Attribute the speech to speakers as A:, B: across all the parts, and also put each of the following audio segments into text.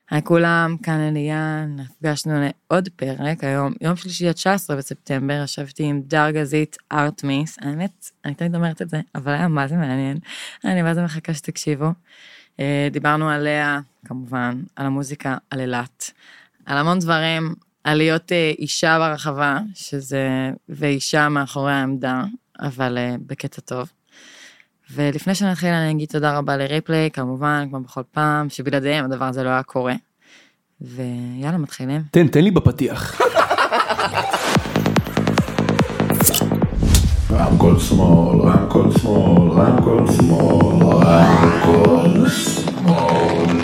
A: היי כולם, כאן אליאן, נפגשנו לעוד פרק, היום יום שלישי 19 בספטמבר, ישבתי עם דר גזית ארטמיס, האמת, אני תמיד אומרת את זה, אבל היה מה זה מעניין, אני מה זה מחכה שתקשיבו, דיברנו עליה, כמובן, על המוזיקה, על אילת, על המון דברים, על להיות אישה ברחבה, שזה, ואישה מאחורי העמדה, אבל בקטע טוב. ולפני שנתחיל אני אגיד תודה רבה לריפליי, כמובן, כמו בכל פעם, שבלעדיהם הדבר הזה לא היה קורה. ויאללה, מתחילים.
B: תן לי בפתיח.
C: רמקול שמאל, רמקול שמאל, רמקול שמאל, רמקול שמאל.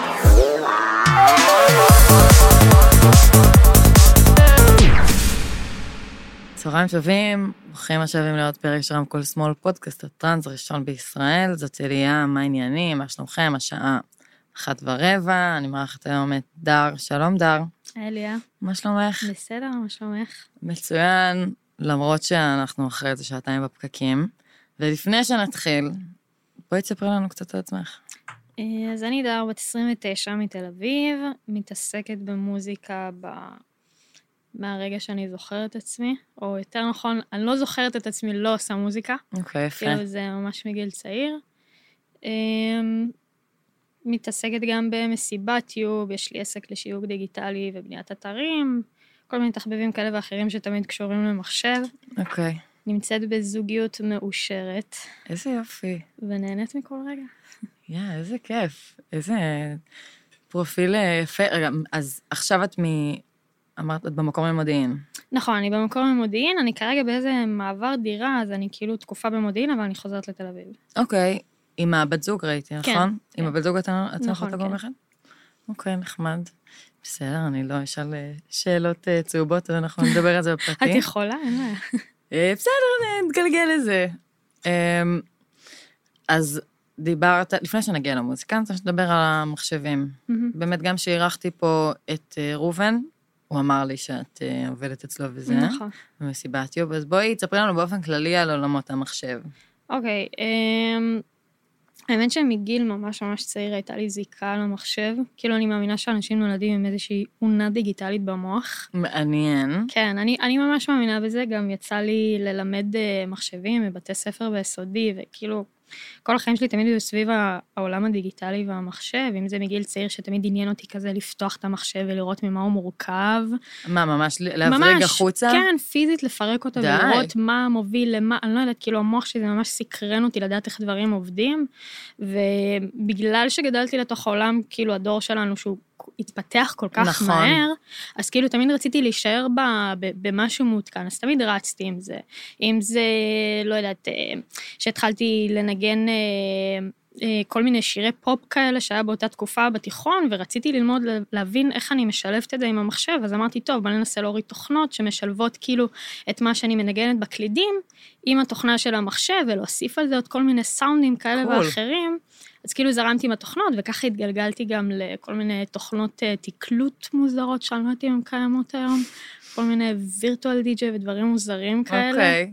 A: צהריים טובים, ברוכים השבים לעוד פרק של רמקול שמאל, פודקאסט הטרנס הראשון בישראל, זאת אליה, מה העניינים, מה שלומכם, השעה 1:15, אני מארחת היום את דר, שלום דר.
D: אליה.
A: מה שלומך?
D: בסדר, מה שלומך?
A: מצוין, למרות שאנחנו אחרי איזה שעתיים בפקקים, ולפני שנתחיל, בואי תספרי לנו קצת על עצמך.
D: אז אני דר, בת 29 מתל אביב, מתעסקת במוזיקה מהרגע שאני זוכרת את עצמי, או יותר נכון, אני לא זוכרת את עצמי, לא עושה מוזיקה.
A: אוקיי, יפה.
D: כאילו זה ממש מגיל צעיר. מתעסקת גם במסיבת טיוב, יש לי עסק לשיווק דיגיטלי ובניית אתרים, כל מיני תחביבים כאלה ואחרים שתמיד קשורים למחשב.
A: אוקיי.
D: נמצאת בזוגיות מאושרת.
A: איזה יופי.
D: ונהנית מכל רגע.
A: איזה כיף. איזה פרופיל יפה. רגע, אז עכשיו אמרת, את במקום למודיעין.
D: נכון, אני במקום למודיעין, אני כרגע באיזה מעבר דירה, אז אני כאילו תקופה במודיעין, אבל אני חוזרת לתל אביב.
A: אוקיי, עם הבת זוג ראיתי, נכון?
D: כן.
A: עם הבת זוג אתה
D: נכון,
A: יכול לגור ביחד? אוקיי, נחמד. בסדר, אני לא אשאל שאלות צהובות, אז אנחנו נדבר על זה בפרטי.
D: את יכולה? אין בעיה.
A: בסדר, נתגלגל לזה. אז דיברת, לפני שנגיע למוזיקה, אני רוצה לדבר על המחשבים. באמת גם שהירחתי פה את רובן, הוא אמר לי שאת עובדת אצלו וזה.
D: נכון.
A: במסיבת יוב, אז בואי תספרי לנו באופן כללי על עולמות המחשב.
D: אוקיי, האמת שמגיל ממש ממש צעיר הייתה לי זיקה למחשב, כאילו אני מאמינה שאנשים נולדים עם איזושהי עונה דיגיטלית במוח.
A: מעניין.
D: כן, אני ממש מאמינה בזה, גם יצא לי ללמד מחשבים בבתי ספר ביסודי, וכאילו כל החיים שלי תמיד היו סביב העולם הדיגיטלי והמחשב, אם זה מגיל צעיר שתמיד עניין אותי כזה לפתוח את המחשב ולראות ממה הוא מורכב.
A: מה, ממש להבריג החוצה?
D: כן, פיזית לפרק אותו ולראות מה מוביל למה, אני לא יודעת, כאילו המוח שלי זה ממש סקרן אותי לדעת איך דברים עובדים, ובגלל שגדלתי לתוך העולם, כאילו הדור שלנו שהוא התפתח כל כך מהר, אז כאילו תמיד רציתי להישאר במשהו מעודכן, אז תמיד רצתי עם זה. אם זה, לא יודעת, שהתחלתי לנגן כל מיני שירי פופ כאלה שהיה באותה תקופה בתיכון, ורציתי ללמוד להבין איך אני משלבת את זה עם המחשב, אז אמרתי, טוב, בוא ננסה להוריד תוכנות שמשלבות כאילו את מה שאני מנגנת בקלידים, עם התוכנה של המחשב, ולהוסיף על זה עוד כל מיני סאונדים כאלה ואחרים, אז כאילו זרמתי עם התוכנות, וככה התגלגלתי גם לכל מיני תוכנות תקלוט מוזרות, שאני לא יודעת אם הן קיימות היום, כל מיני וירטואל די-ג'יי ודברים מוזרים כאלה.
A: אוקיי.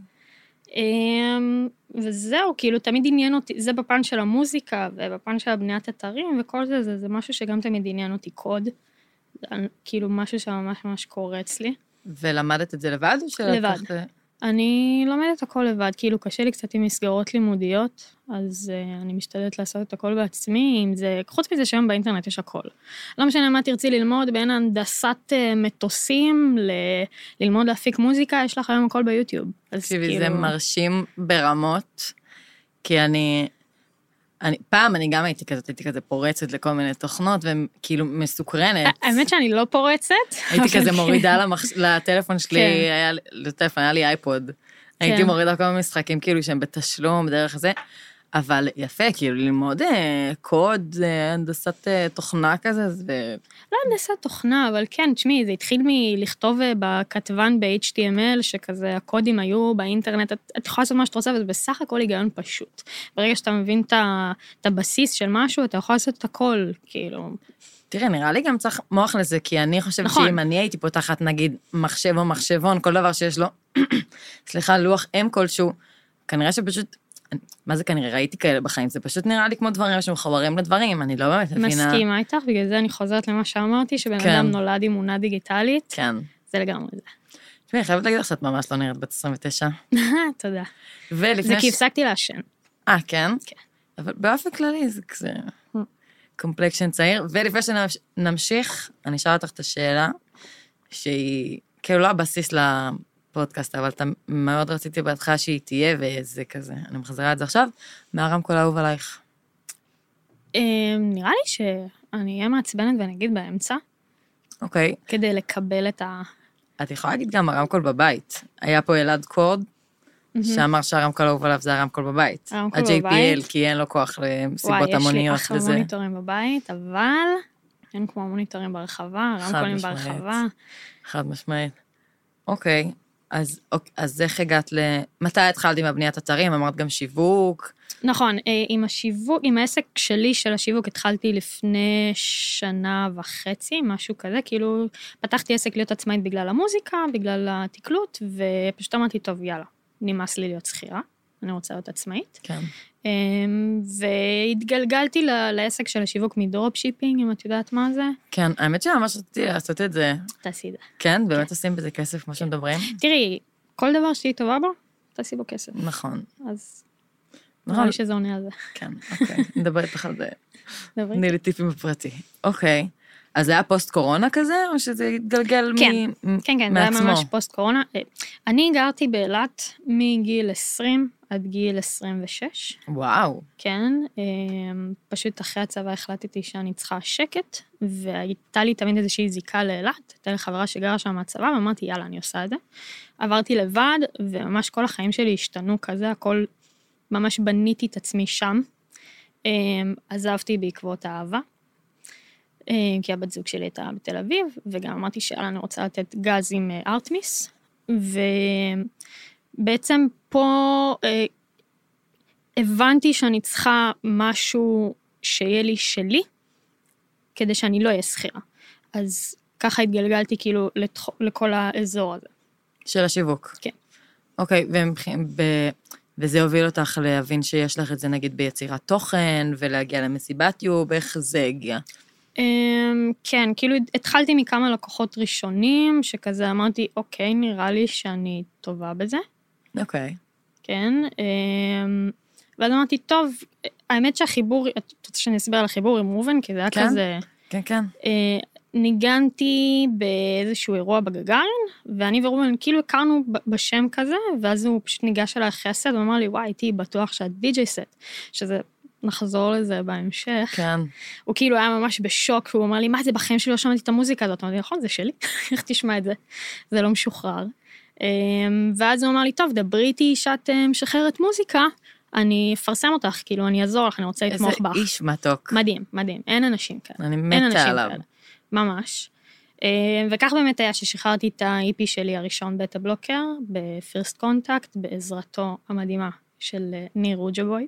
D: וזהו, כאילו תמיד עניין אותי, זה בפן של המוזיקה, ובפן של הבניית אתרים, וכל זה, זה משהו שגם תמיד עניין אותי קוד, כאילו משהו שממש ממש קורץ לי.
A: ולמדת את זה לבד?
D: לבד. אני לומדת הכל לבד, כאילו קשה לי קצת עם מסגרות לימודיות, אז אני משתדלת לעשות את הכל בעצמי, אם זה, חוץ מזה שהיום באינטרנט יש הכל. לא משנה מה תרצי ללמוד, בין הנדסת מטוסים, ללמוד להפיק מוזיקה, יש לך היום הכל ביוטיוב.
A: תקשיבי, זה מרשים ברמות, כי פעם אני גם הייתי כזה פורצת לכל מיני תוכנות, וכאילו מסוקרנת.
D: האמת שאני לא פורצת.
A: הייתי כזה מורידה לטלפון שלי, היה לי אייפוד. הייתי מורידה כל מיני משחקים כאילו שהם בתשלום, בדרך זה. אבל יפה, כאילו ללמוד קוד, הנדסת תוכנה כזה,
D: לא הנדסת תוכנה, אבל כן, תשמעי, זה התחיל מלכתוב בכתבן ב-HTML, שכזה הקודים היו באינטרנט, את יכולה לעשות מה שאת רוצה, וזה בסך הכל היגיון פשוט. ברגע שאתה מבין את הבסיס של משהו, אתה יכול לעשות את הכל, כאילו.
A: תראה, נראה לי גם צריך מוח לזה, כי אני חושבת שאם אני הייתי פותחת, נגיד, מחשב או מחשבון, כל דבר שיש לו, סליחה, לוח אם כלשהו, כנראה שפשוט מה זה כנראה, ראיתי כאלה בחיים, זה פשוט נראה לי כמו דברים שמחברים לדברים, אני לא באמת מבינה.
D: מסכימה איתך, בגלל זה אני חוזרת למה שאמרתי, שבן אדם נולד עם אמונה דיגיטלית.
A: כן.
D: זה לגמרי זה.
A: תשמעי, אני חייבת להגיד לך שאת ממש לא נראית בת 29.
D: תודה.
A: ולפני
D: זה כי הפסקתי לעשן.
A: כן?
D: כן.
A: אבל באופן כללי זה כזה קומפלקשן צעיר. ולפני שנמשיך, אני אשאל אותך את השאלה, שהיא כאילו לא הבסיס לפודקאסט, אבל מאוד רציתי בהתחלה שהיא תהיה, וזה כזה, אני מחזירה את זה עכשיו, מהרמקול האהוב עלייך.
D: נראה לי שאני אהיה מעצבנת ואני אגיד באמצע.
A: אוקיי.
D: כדי לקבל את ה...
A: את יכולה להגיד גם הרמקול בבית. היה פה ילד קורד, שאמר שהרמקול האהוב עליו זה הרמקול בבית.
D: הרמקול בבית.
A: ה-JPL, כי אין לו כוח למסיבות המוניות וזה.
D: וואי, יש לי אחלה מוניטורים בבית, אבל אין כמו מוניטורים ברחבה, הרמקולים ברחבה.
A: חד משמעית. אוקיי, אז איך הגעת מתי התחלת עם הבניית אתרים? אמרת גם שיווק?
D: נכון, עם השיווק, עם העסק שלי של השיווק התחלתי לפני 1.5 שנה, משהו כזה, כאילו פתחתי עסק להיות עצמאית בגלל המוזיקה, בגלל התקלות, ופשוט אמרתי, טוב, יאללה, נמאס לי להיות שכירה, אני רוצה להיות עצמאית.
A: כן.
D: והתגלגלתי לעסק של השיווק מדרופ שיפינג, אם את יודעת מה זה.
A: כן, האמת שממש רציתי לעשות את זה.
D: תעשי את זה.
A: כן, באמת עושים בזה כסף, כמו שמדברים.
D: תראי, כל דבר שהיא טובה בו, תעשי בו כסף.
A: נכון.
D: אז נראה לי שזה עונה על זה.
A: כן, אוקיי, נדבר איתך על זה.
D: דברי.
A: תני לי טיפים בפרטי. אוקיי. אז זה היה פוסט קורונה כזה, או שזה התגלגל מעצמו?
D: כן, זה היה ממש פוסט קורונה. אני גרתי באילת מגיל 20 עד גיל 26.
A: וואו.
D: כן, פשוט אחרי הצבא החלטתי שאני צריכה שקט, והייתה לי תמיד איזושהי זיקה לאילת, הייתה לי חברה שגרה שם מהצבא, ואמרתי, יאללה, אני עושה את זה. עברתי לבד, וממש כל החיים שלי השתנו כזה, הכל ממש בניתי את עצמי שם. עזבתי בעקבות האהבה. כי הבת זוג שלי הייתה בתל אביב, וגם אמרתי שיאללה, אני רוצה לתת גז עם ארטמיס, ובעצם פה הבנתי שאני צריכה משהו שיהיה לי שלי, כדי שאני לא אהיה שכירה. אז ככה התגלגלתי כאילו לכל האזור הזה.
A: של השיווק.
D: כן.
A: אוקיי, וזה הוביל אותך להבין שיש לך את זה נגיד ביצירת תוכן, ולהגיע למסיבת יוב, איך זה הגיע?
D: כן, כאילו התחלתי מכמה לקוחות ראשונים, שכזה אמרתי, אוקיי, נראה לי שאני טובה בזה.
A: אוקיי.
D: כן, ואז אמרתי, טוב, האמת שהחיבור, את רוצה שאני אסבר על החיבור עם ראובן, כי זה היה כזה...
A: כן, כן.
D: ניגנתי באיזשהו אירוע בגגארין, ואני וראובן כאילו הכרנו בשם כזה, ואז הוא פשוט ניגש אליי אחרי הסט, ואמר לי, וואי, הייתי בטוח שאת די-ג'יי סט, שזה... נחזור לזה בהמשך.
A: כן.
D: הוא כאילו היה ממש בשוק, הוא אמר לי, מה זה, בחיים שלי לא שמעתי את המוזיקה הזאת? אמרתי, נכון, זה שלי, איך תשמע את זה? זה לא משוחרר. ואז הוא אמר לי, טוב, דברי איתי שאת משחררת מוזיקה, אני אפרסם אותך, כאילו, אני אעזור לך, אני רוצה לתמוך בך.
A: איזה איש מתוק.
D: מדהים, מדהים, אין אנשים כאלה.
A: אני מתה עליו.
D: ממש. וכך באמת היה ששחררתי את ה-EP שלי הראשון בטה בלוקר, בפירסט קונטקט, בעזרתו המדהימה של ניר רוג'בוי.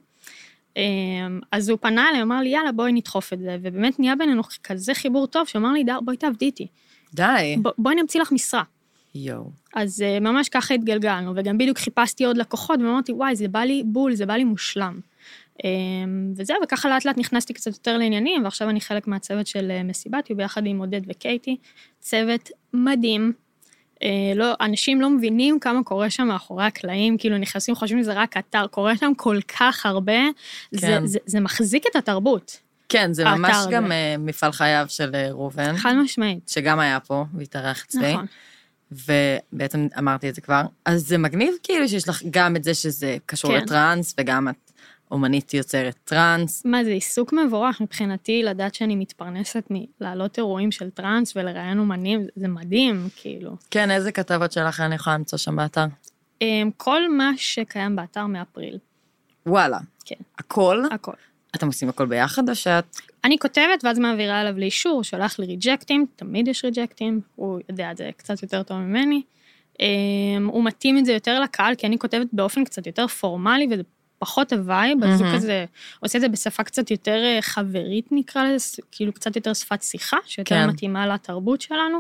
D: אז הוא פנה אליי, אמר לי, יאללה, בואי נדחוף את זה, ובאמת נהיה בינינו כזה חיבור טוב, שאמר לי, בואי תעבדי איתי.
A: די.
D: בואי נמציא לך משרה.
A: יואו.
D: אז ממש ככה התגלגלנו, וגם בדיוק חיפשתי עוד לקוחות, ואמרתי, וואי, זה בא לי בול, זה בא לי מושלם. וזהו, וככה לאט לאט נכנסתי קצת יותר לעניינים, ועכשיו אני חלק מהצוות של מסיבת יוב, ביחד עם עודד וקייטי, צוות מדהים, אנשים לא מבינים כמה קורה שם מאחורי הקלעים, כאילו נכנסים, חושבים שזה רק אתר, קורה שם כל כך הרבה, זה מחזיק את התרבות.
A: כן, זה ממש גם מפעל חייו של ראובן.
D: חד משמעית.
A: שגם היה פה, והתארח אצלי.
D: נכון.
A: ובעצם אמרתי את זה כבר. אז זה מגניב כאילו שיש לך גם את זה שזה קשור לטרנס, וגם את אומנית יוצרת טרנס.
D: מה זה עיסוק מבורך מבחינתי, לדעת שאני מתפרנסת מלהעלות אירועים של טרנס ולראיין אומנים, זה מדהים, כאילו.
A: כן, איזה כתבות שלך אני יכולה למצוא שם באתר?
D: כל מה שקיים באתר מאפריל.
A: וואלה.
D: כן.
A: הכל?
D: הכל.
A: אתם עושים הכל ביחד או שאת...
D: אני כותבת ואז מעבירה עליו לאישור, שולח לי ריג'קטים, תמיד יש ריג'קטים, הוא יודע את זה קצת יותר טוב ממני. הוא מתאים את זה יותר לקהל, כי אני כותבת באופן קצת יותר פורמלי, וזה פחות הוואי, בזו כזה, עושה את זה בשפה קצת יותר חברית נקרא לזה, כאילו קצת יותר שפת שיחה, שיותר מתאימה לתרבות שלנו.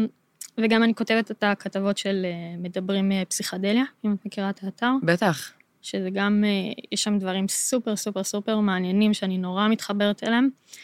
D: וגם אני כותבת את הכתבות של מדברים פסיכדליה, אם את מכירה את האתר.
A: בטח.
D: שזה גם, יש שם דברים סופר סופר סופר מעניינים, שאני נורא מתחברת אליהם.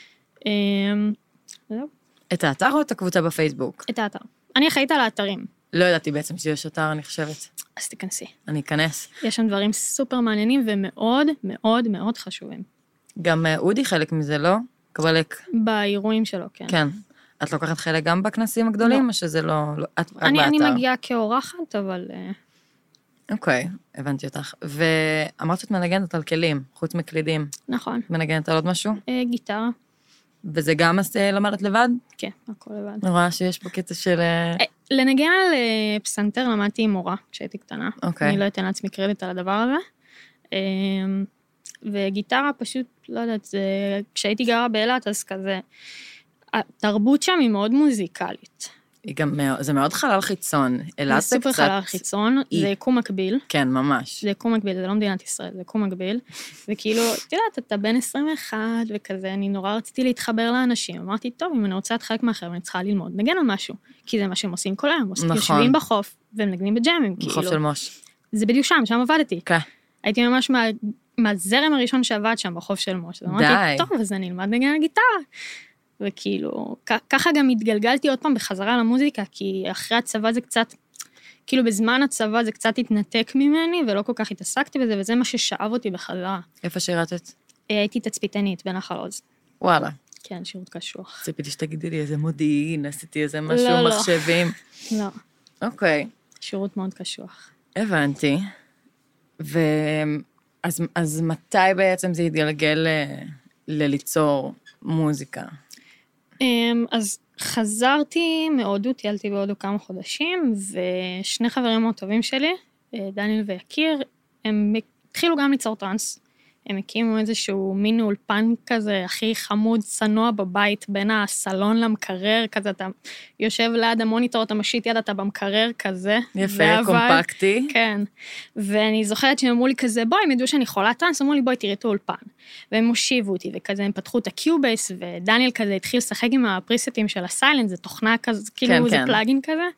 D: זהו.
A: את האתר או את הקבוצה בפייסבוק?
D: את האתר. אני אחראית על האתרים.
A: לא ידעתי בעצם שיש אתר, אני חושבת.
D: אז תיכנסי.
A: אני אכנס.
D: יש שם דברים סופר מעניינים ומאוד מאוד מאוד חשובים.
A: גם אודי חלק מזה, לא? קבלק.
D: באירועים שלו, כן.
A: כן. את לוקחת חלק גם בכנסים הגדולים,
D: לא.
A: או שזה לא... את רק באתר?
D: אני מגיעה כאורחת, אבל...
A: אוקיי, הבנתי אותך. ואמרת שאת מנגנת על כלים, חוץ מקלידים.
D: נכון.
A: מנגנת על עוד משהו?
D: גיטרה.
A: וזה גם למדת לבד?
D: כן, הכל לבד.
A: אני רואה שיש פה קטע של...
D: לנגן על פסנתר למדתי עם מורה כשהייתי קטנה.
A: אוקיי.
D: אני לא אתן לעצמי קרדיט על הדבר הזה. וגיטרה פשוט, לא יודעת, כשהייתי גרה באילת, אז כזה, התרבות שם היא מאוד מוזיקלית.
A: זה מאוד חלל חיצון. אילת
D: זה סופר חלל חיצון, זה יקום מקביל.
A: כן, ממש.
D: זה יקום מקביל, זה לא מדינת ישראל, זה יקום מקביל. וכאילו, את יודעת, אתה בן 21 וכזה, אני נורא רציתי להתחבר לאנשים. אמרתי, טוב, אם אני רוצה להיות חלק מאחר, אני צריכה ללמוד, נגן על משהו. כי זה מה שהם עושים כל היום.
A: נכון.
D: יושבים בחוף, והם נגנים בג'אמים, כאילו.
A: בחוף של מוש.
D: זה בדיוק שם עבדתי.
A: כן.
D: הייתי ממש מהזרם הראשון שעבד שם בחוף של מוש.
A: די.
D: אמרתי, טוב, אז אני אלמד נגן על גיטרה. וכאילו, ככה גם התגלגלתי עוד פעם בחזרה למוזיקה, כי אחרי הצבא זה קצת, כאילו בזמן הצבא זה קצת התנתק ממני, ולא כל כך התעסקתי בזה, וזה מה ששאב אותי בחזרה.
A: איפה שירתת?
D: הייתי תצפיתנית בנחל עוז.
A: וואלה.
D: כן, שירות קשוח.
A: ציפיתי שתגידי לי איזה מודיעין, עשיתי איזה משהו,
D: לא.
A: מחשבים.
D: לא.
A: אוקיי.
D: שירות מאוד קשוח.
A: הבנתי. אז מתי בעצם זה התגלגל לליצור מוזיקה?
D: אז חזרתי מהודו, טיילתי בהודו כמה חודשים, ושני חברים מאוד טובים שלי, דניאל ויקיר, הם התחילו גם ליצור טרנס. הם הקימו איזשהו מין אולפן כזה, הכי חמוד, צנוע בבית, בין הסלון למקרר, כזה אתה יושב ליד המוניטור, אתה משיט יד, אתה במקרר כזה.
A: יפה, קומפקטי.
D: כן. ואני זוכרת שהם אמרו לי כזה, בואי, הם ידעו שאני חולה טרנס, אמרו לי, בואי, תראי את האולפן. והם הושיבו אותי, וכזה הם פתחו את הקיובייס, ודניאל כזה התחיל לשחק עם הפריסטים של הסיילנט, זה תוכנה כזה, כאילו זה פלאגין כזה.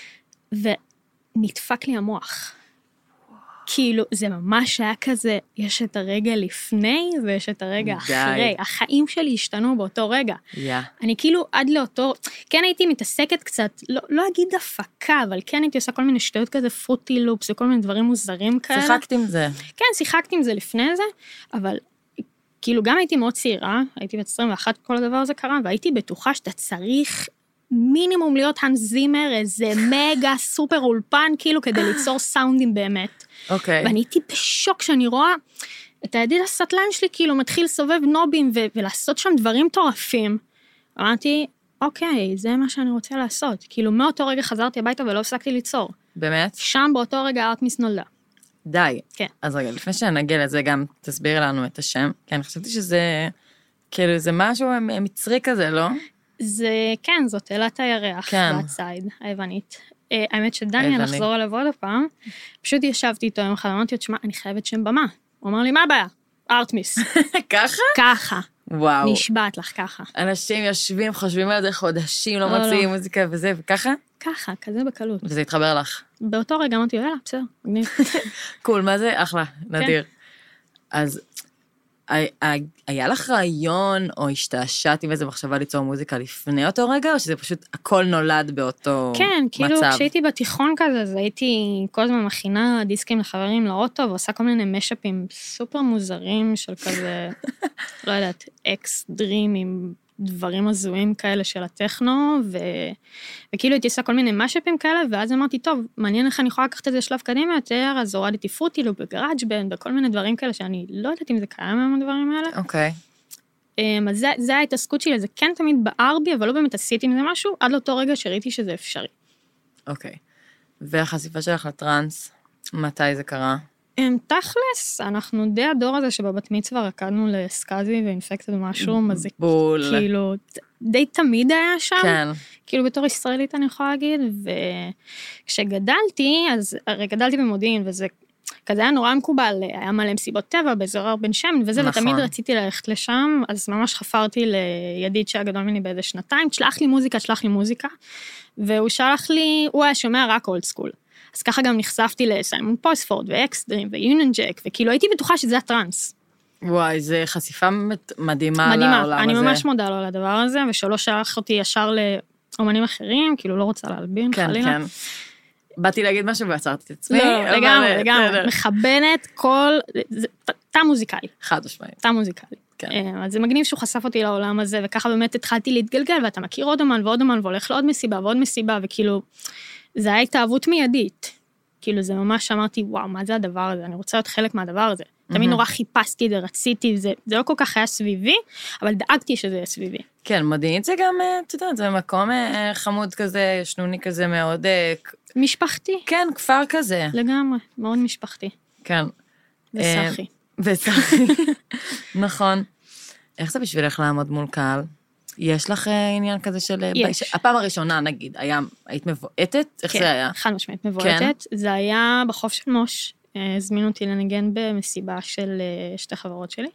D: ונדפק לי המוח. כאילו, זה ממש היה כזה, יש את הרגע לפני, ויש את הרגע אחרי. החיים שלי השתנו באותו רגע. אני כאילו עד לאותו, כן הייתי מתעסקת קצת, לא אגיד הפקה, אבל כן הייתי עושה כל מיני שטויות כזה, פרוטי לופס, וכל מיני דברים מוזרים כאלה.
A: שיחקתי עם זה.
D: כן, שיחקתי עם זה לפני זה, אבל כאילו גם הייתי מאוד צעירה, הייתי בת 21, כל הדבר הזה קרה, והייתי בטוחה שאתה צריך מינימום להיות האנס זימר, איזה מגה סופר אולפן, כאילו כדי ליצור סאונדים באמת.
A: אוקיי.
D: ואני הייתי בשוק שאני רואה את הידיד הסטלן שלי, כאילו מתחיל לסובב נובים ולעשות שם דברים טורפים. אמרתי, אוקיי, זה מה שאני רוצה לעשות. כאילו מאותו רגע חזרתי הביתה ולא הפסקתי ליצור.
A: באמת?
D: שם באותו רגע ארטמיס נולדה.
A: די.
D: כן.
A: אז רגע, לפני שנגיע לזה גם תסביר לנו את השם, כי אני חשבתי שזה, כאילו זה משהו מצרי כזה, לא?
D: זה, כן, זאת אלת הירח,
A: כן.
D: בצייד, היוונית. האמת שדניאל נחזור עליו עוד הפעם, פשוט ישבתי איתו יום אחד, אמרתי לו, תשמע, אני חייבת שם במה. הוא אמר לי, מה הבעיה? ארטמיס.
A: ככה?
D: ככה.
A: וואו.
D: נשבעת לך ככה.
A: אנשים יושבים, חושבים על זה חודשים, לא מוציאים מוזיקה וזה, וככה?
D: ככה, כזה בקלות.
A: וזה התחבר לך.
D: באותו רגע אמרתי, יאללה, בסדר, מגניב.
A: קול, מה זה? אחלה, נדיר. אז היה לך רעיון, או השתעשעת עם איזה מחשבה ליצור מוזיקה לפני אותו רגע, או שזה פשוט הכל נולד באותו מצב?
D: כן, כאילו כשהייתי בתיכון כזה, אז הייתי כל הזמן מכינה דיסקים לחברים לאוטו, ועושה כל מיני משאפים סופר מוזרים של כזה, לא יודעת, אקס דרים עם דברים הזויים כאלה של הטכנו, וכאילו הייתי עושה כל מיני משאפים כאלה, ואז אמרתי, טוב, מעניין איך אני יכולה לקחת את זה שלב קדימה יותר, אז הורדתי פרוטי לופ בגראג' בנד, בכל מיני דברים כאלה, שאני לא יודעת אם זה קיים היום הדברים האלה.
A: אוקיי.
D: אז זה ההתעסקות שלי, זה כן תמיד בער בי, אבל לא באמת עשיתי עם זה משהו, עד לאותו רגע שראיתי שזה אפשרי.
A: אוקיי. והחשיפה שלך לטרנס, מתי זה קרה?
D: תכלס, אנחנו די הדור הזה שבבת מצווה רקדנו לסקאזי ואינפקטד משהו, אז זה כאילו, די תמיד היה שם,
A: כן.
D: כאילו בתור ישראלית אני יכולה להגיד, וכשגדלתי, אז הרי גדלתי במודיעין, וזה כזה היה נורא מקובל, היה מלא מסיבות טבע, באזור הר בן שמן, וזה,
A: נכון.
D: ותמיד רציתי ללכת לשם, אז ממש חפרתי לידיד שהיה גדול ממני באיזה שנתיים, שלח לי מוזיקה, והוא שלח לי, הוא היה שומע רק אולד סקול. אז ככה גם נחשפתי לסיימון פוספורד, ואקסטרים, ויוניון ג'ק, וכאילו הייתי בטוחה שזה הטרנס.
A: וואי, זה חשיפה מדהימה
D: מדהימה,
A: לעולם הזה.
D: אני ממש מודה לו על הדבר הזה, ושלא שלח אותי ישר לאומנים אחרים, כאילו לא רוצה להלבין,
A: כן,
D: חלילה.
A: כן. באתי להגיד משהו ועצרתי את עצמי.
D: לא, לגמרי, מכבנת כל, תא מוזיקלי.
A: חד משמעית.
D: תא מוזיקלי.
A: כן.
D: אז זה מגניב שהוא חשף אותי לעולם הזה, וככה באמת התחלתי להתגלגל, ואתה מכיר עוד אמן ועוד אמן, והולך לעוד מסיבה ועוד מסיבה, וכאילו, זה היה התאהבות מיידית. כאילו, זה ממש אמרתי, וואו, מה זה הדבר הזה? אני רוצה להיות חלק מהדבר הזה. תמיד נורא חיפשתי את זה, רציתי, זה לא כל כך היה סביבי, אבל דאגתי שזה יהיה סביבי.
A: כן, מודיעין זה גם, אתה יודע, זה מקום חמוד כזה, שנוני כזה מאוד...
D: משפחתי.
A: כן, כפר כזה.
D: לגמרי, מאוד משפחתי.
A: כן.
D: וסחי.
A: וסחי, נכון. איך זה בשבילך לעמוד מול קהל? יש לך עניין כזה של...
D: יש.
A: הפעם הראשונה, נגיד, היית מבועטת? איך זה היה?
D: כן, חד משמעית מבועטת. זה היה בחוף של מוש. הזמינו אותי לנגן במסיבה של שתי חברות שלי.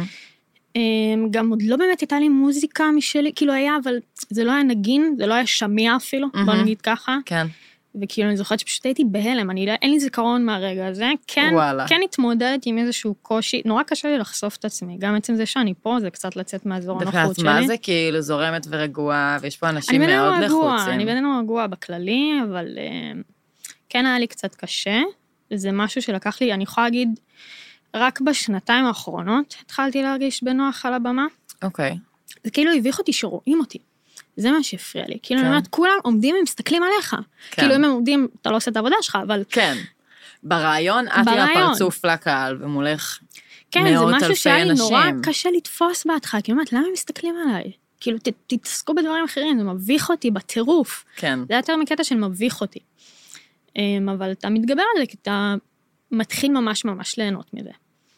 D: גם עוד לא באמת הייתה לי מוזיקה משלי, כאילו היה, אבל זה לא היה נגין, זה לא היה שמיע אפילו, בוא נגיד ככה.
A: כן.
D: וכאילו אני זוכרת שפשוט הייתי בהלם, אין לי זיכרון מהרגע הזה, כן התמודדת עם איזשהו קושי, נורא קשה לי לחשוף את עצמי, גם עצם זה שאני פה, זה קצת לצאת מהאזור הנוחות שלי.
A: מה זה כאילו זורמת ורגועה, ויש פה אנשים מאוד לחוצים.
D: אני בינינו רגועה בכללי, אבל כן היה לי קצת קשה, זה משהו שלקח לי, אני יכולה להגיד, רק בשנתיים האחרונות התחלתי להרגיש בנוח על הבמה.
A: אוקיי.
D: זה כאילו הביך אותי שרואים אותי. זה מה שהפריע לי. כאילו, אני אומרת, כולם עומדים ומסתכלים עליך. כאילו, אם הם עומדים, אתה לא עושה את העבודה שלך, אבל...
A: כן. ברעיון, את היא הפרצוף לקהל, ומולך
D: כן,
A: מאות אלפי אנשים.
D: כן, זה משהו שהיה לי נורא קשה לתפוס בהתחלה. כאילו, אומרת, למה הם מסתכלים עליי? כאילו, תתעסקו בדברים אחרים, זה מביך אותי בטירוף.
A: כן.
D: זה יותר מקטע של מביך אותי. אבל אתה מתגבר על זה, כי אתה מתחיל ממש ממש ליהנות מזה.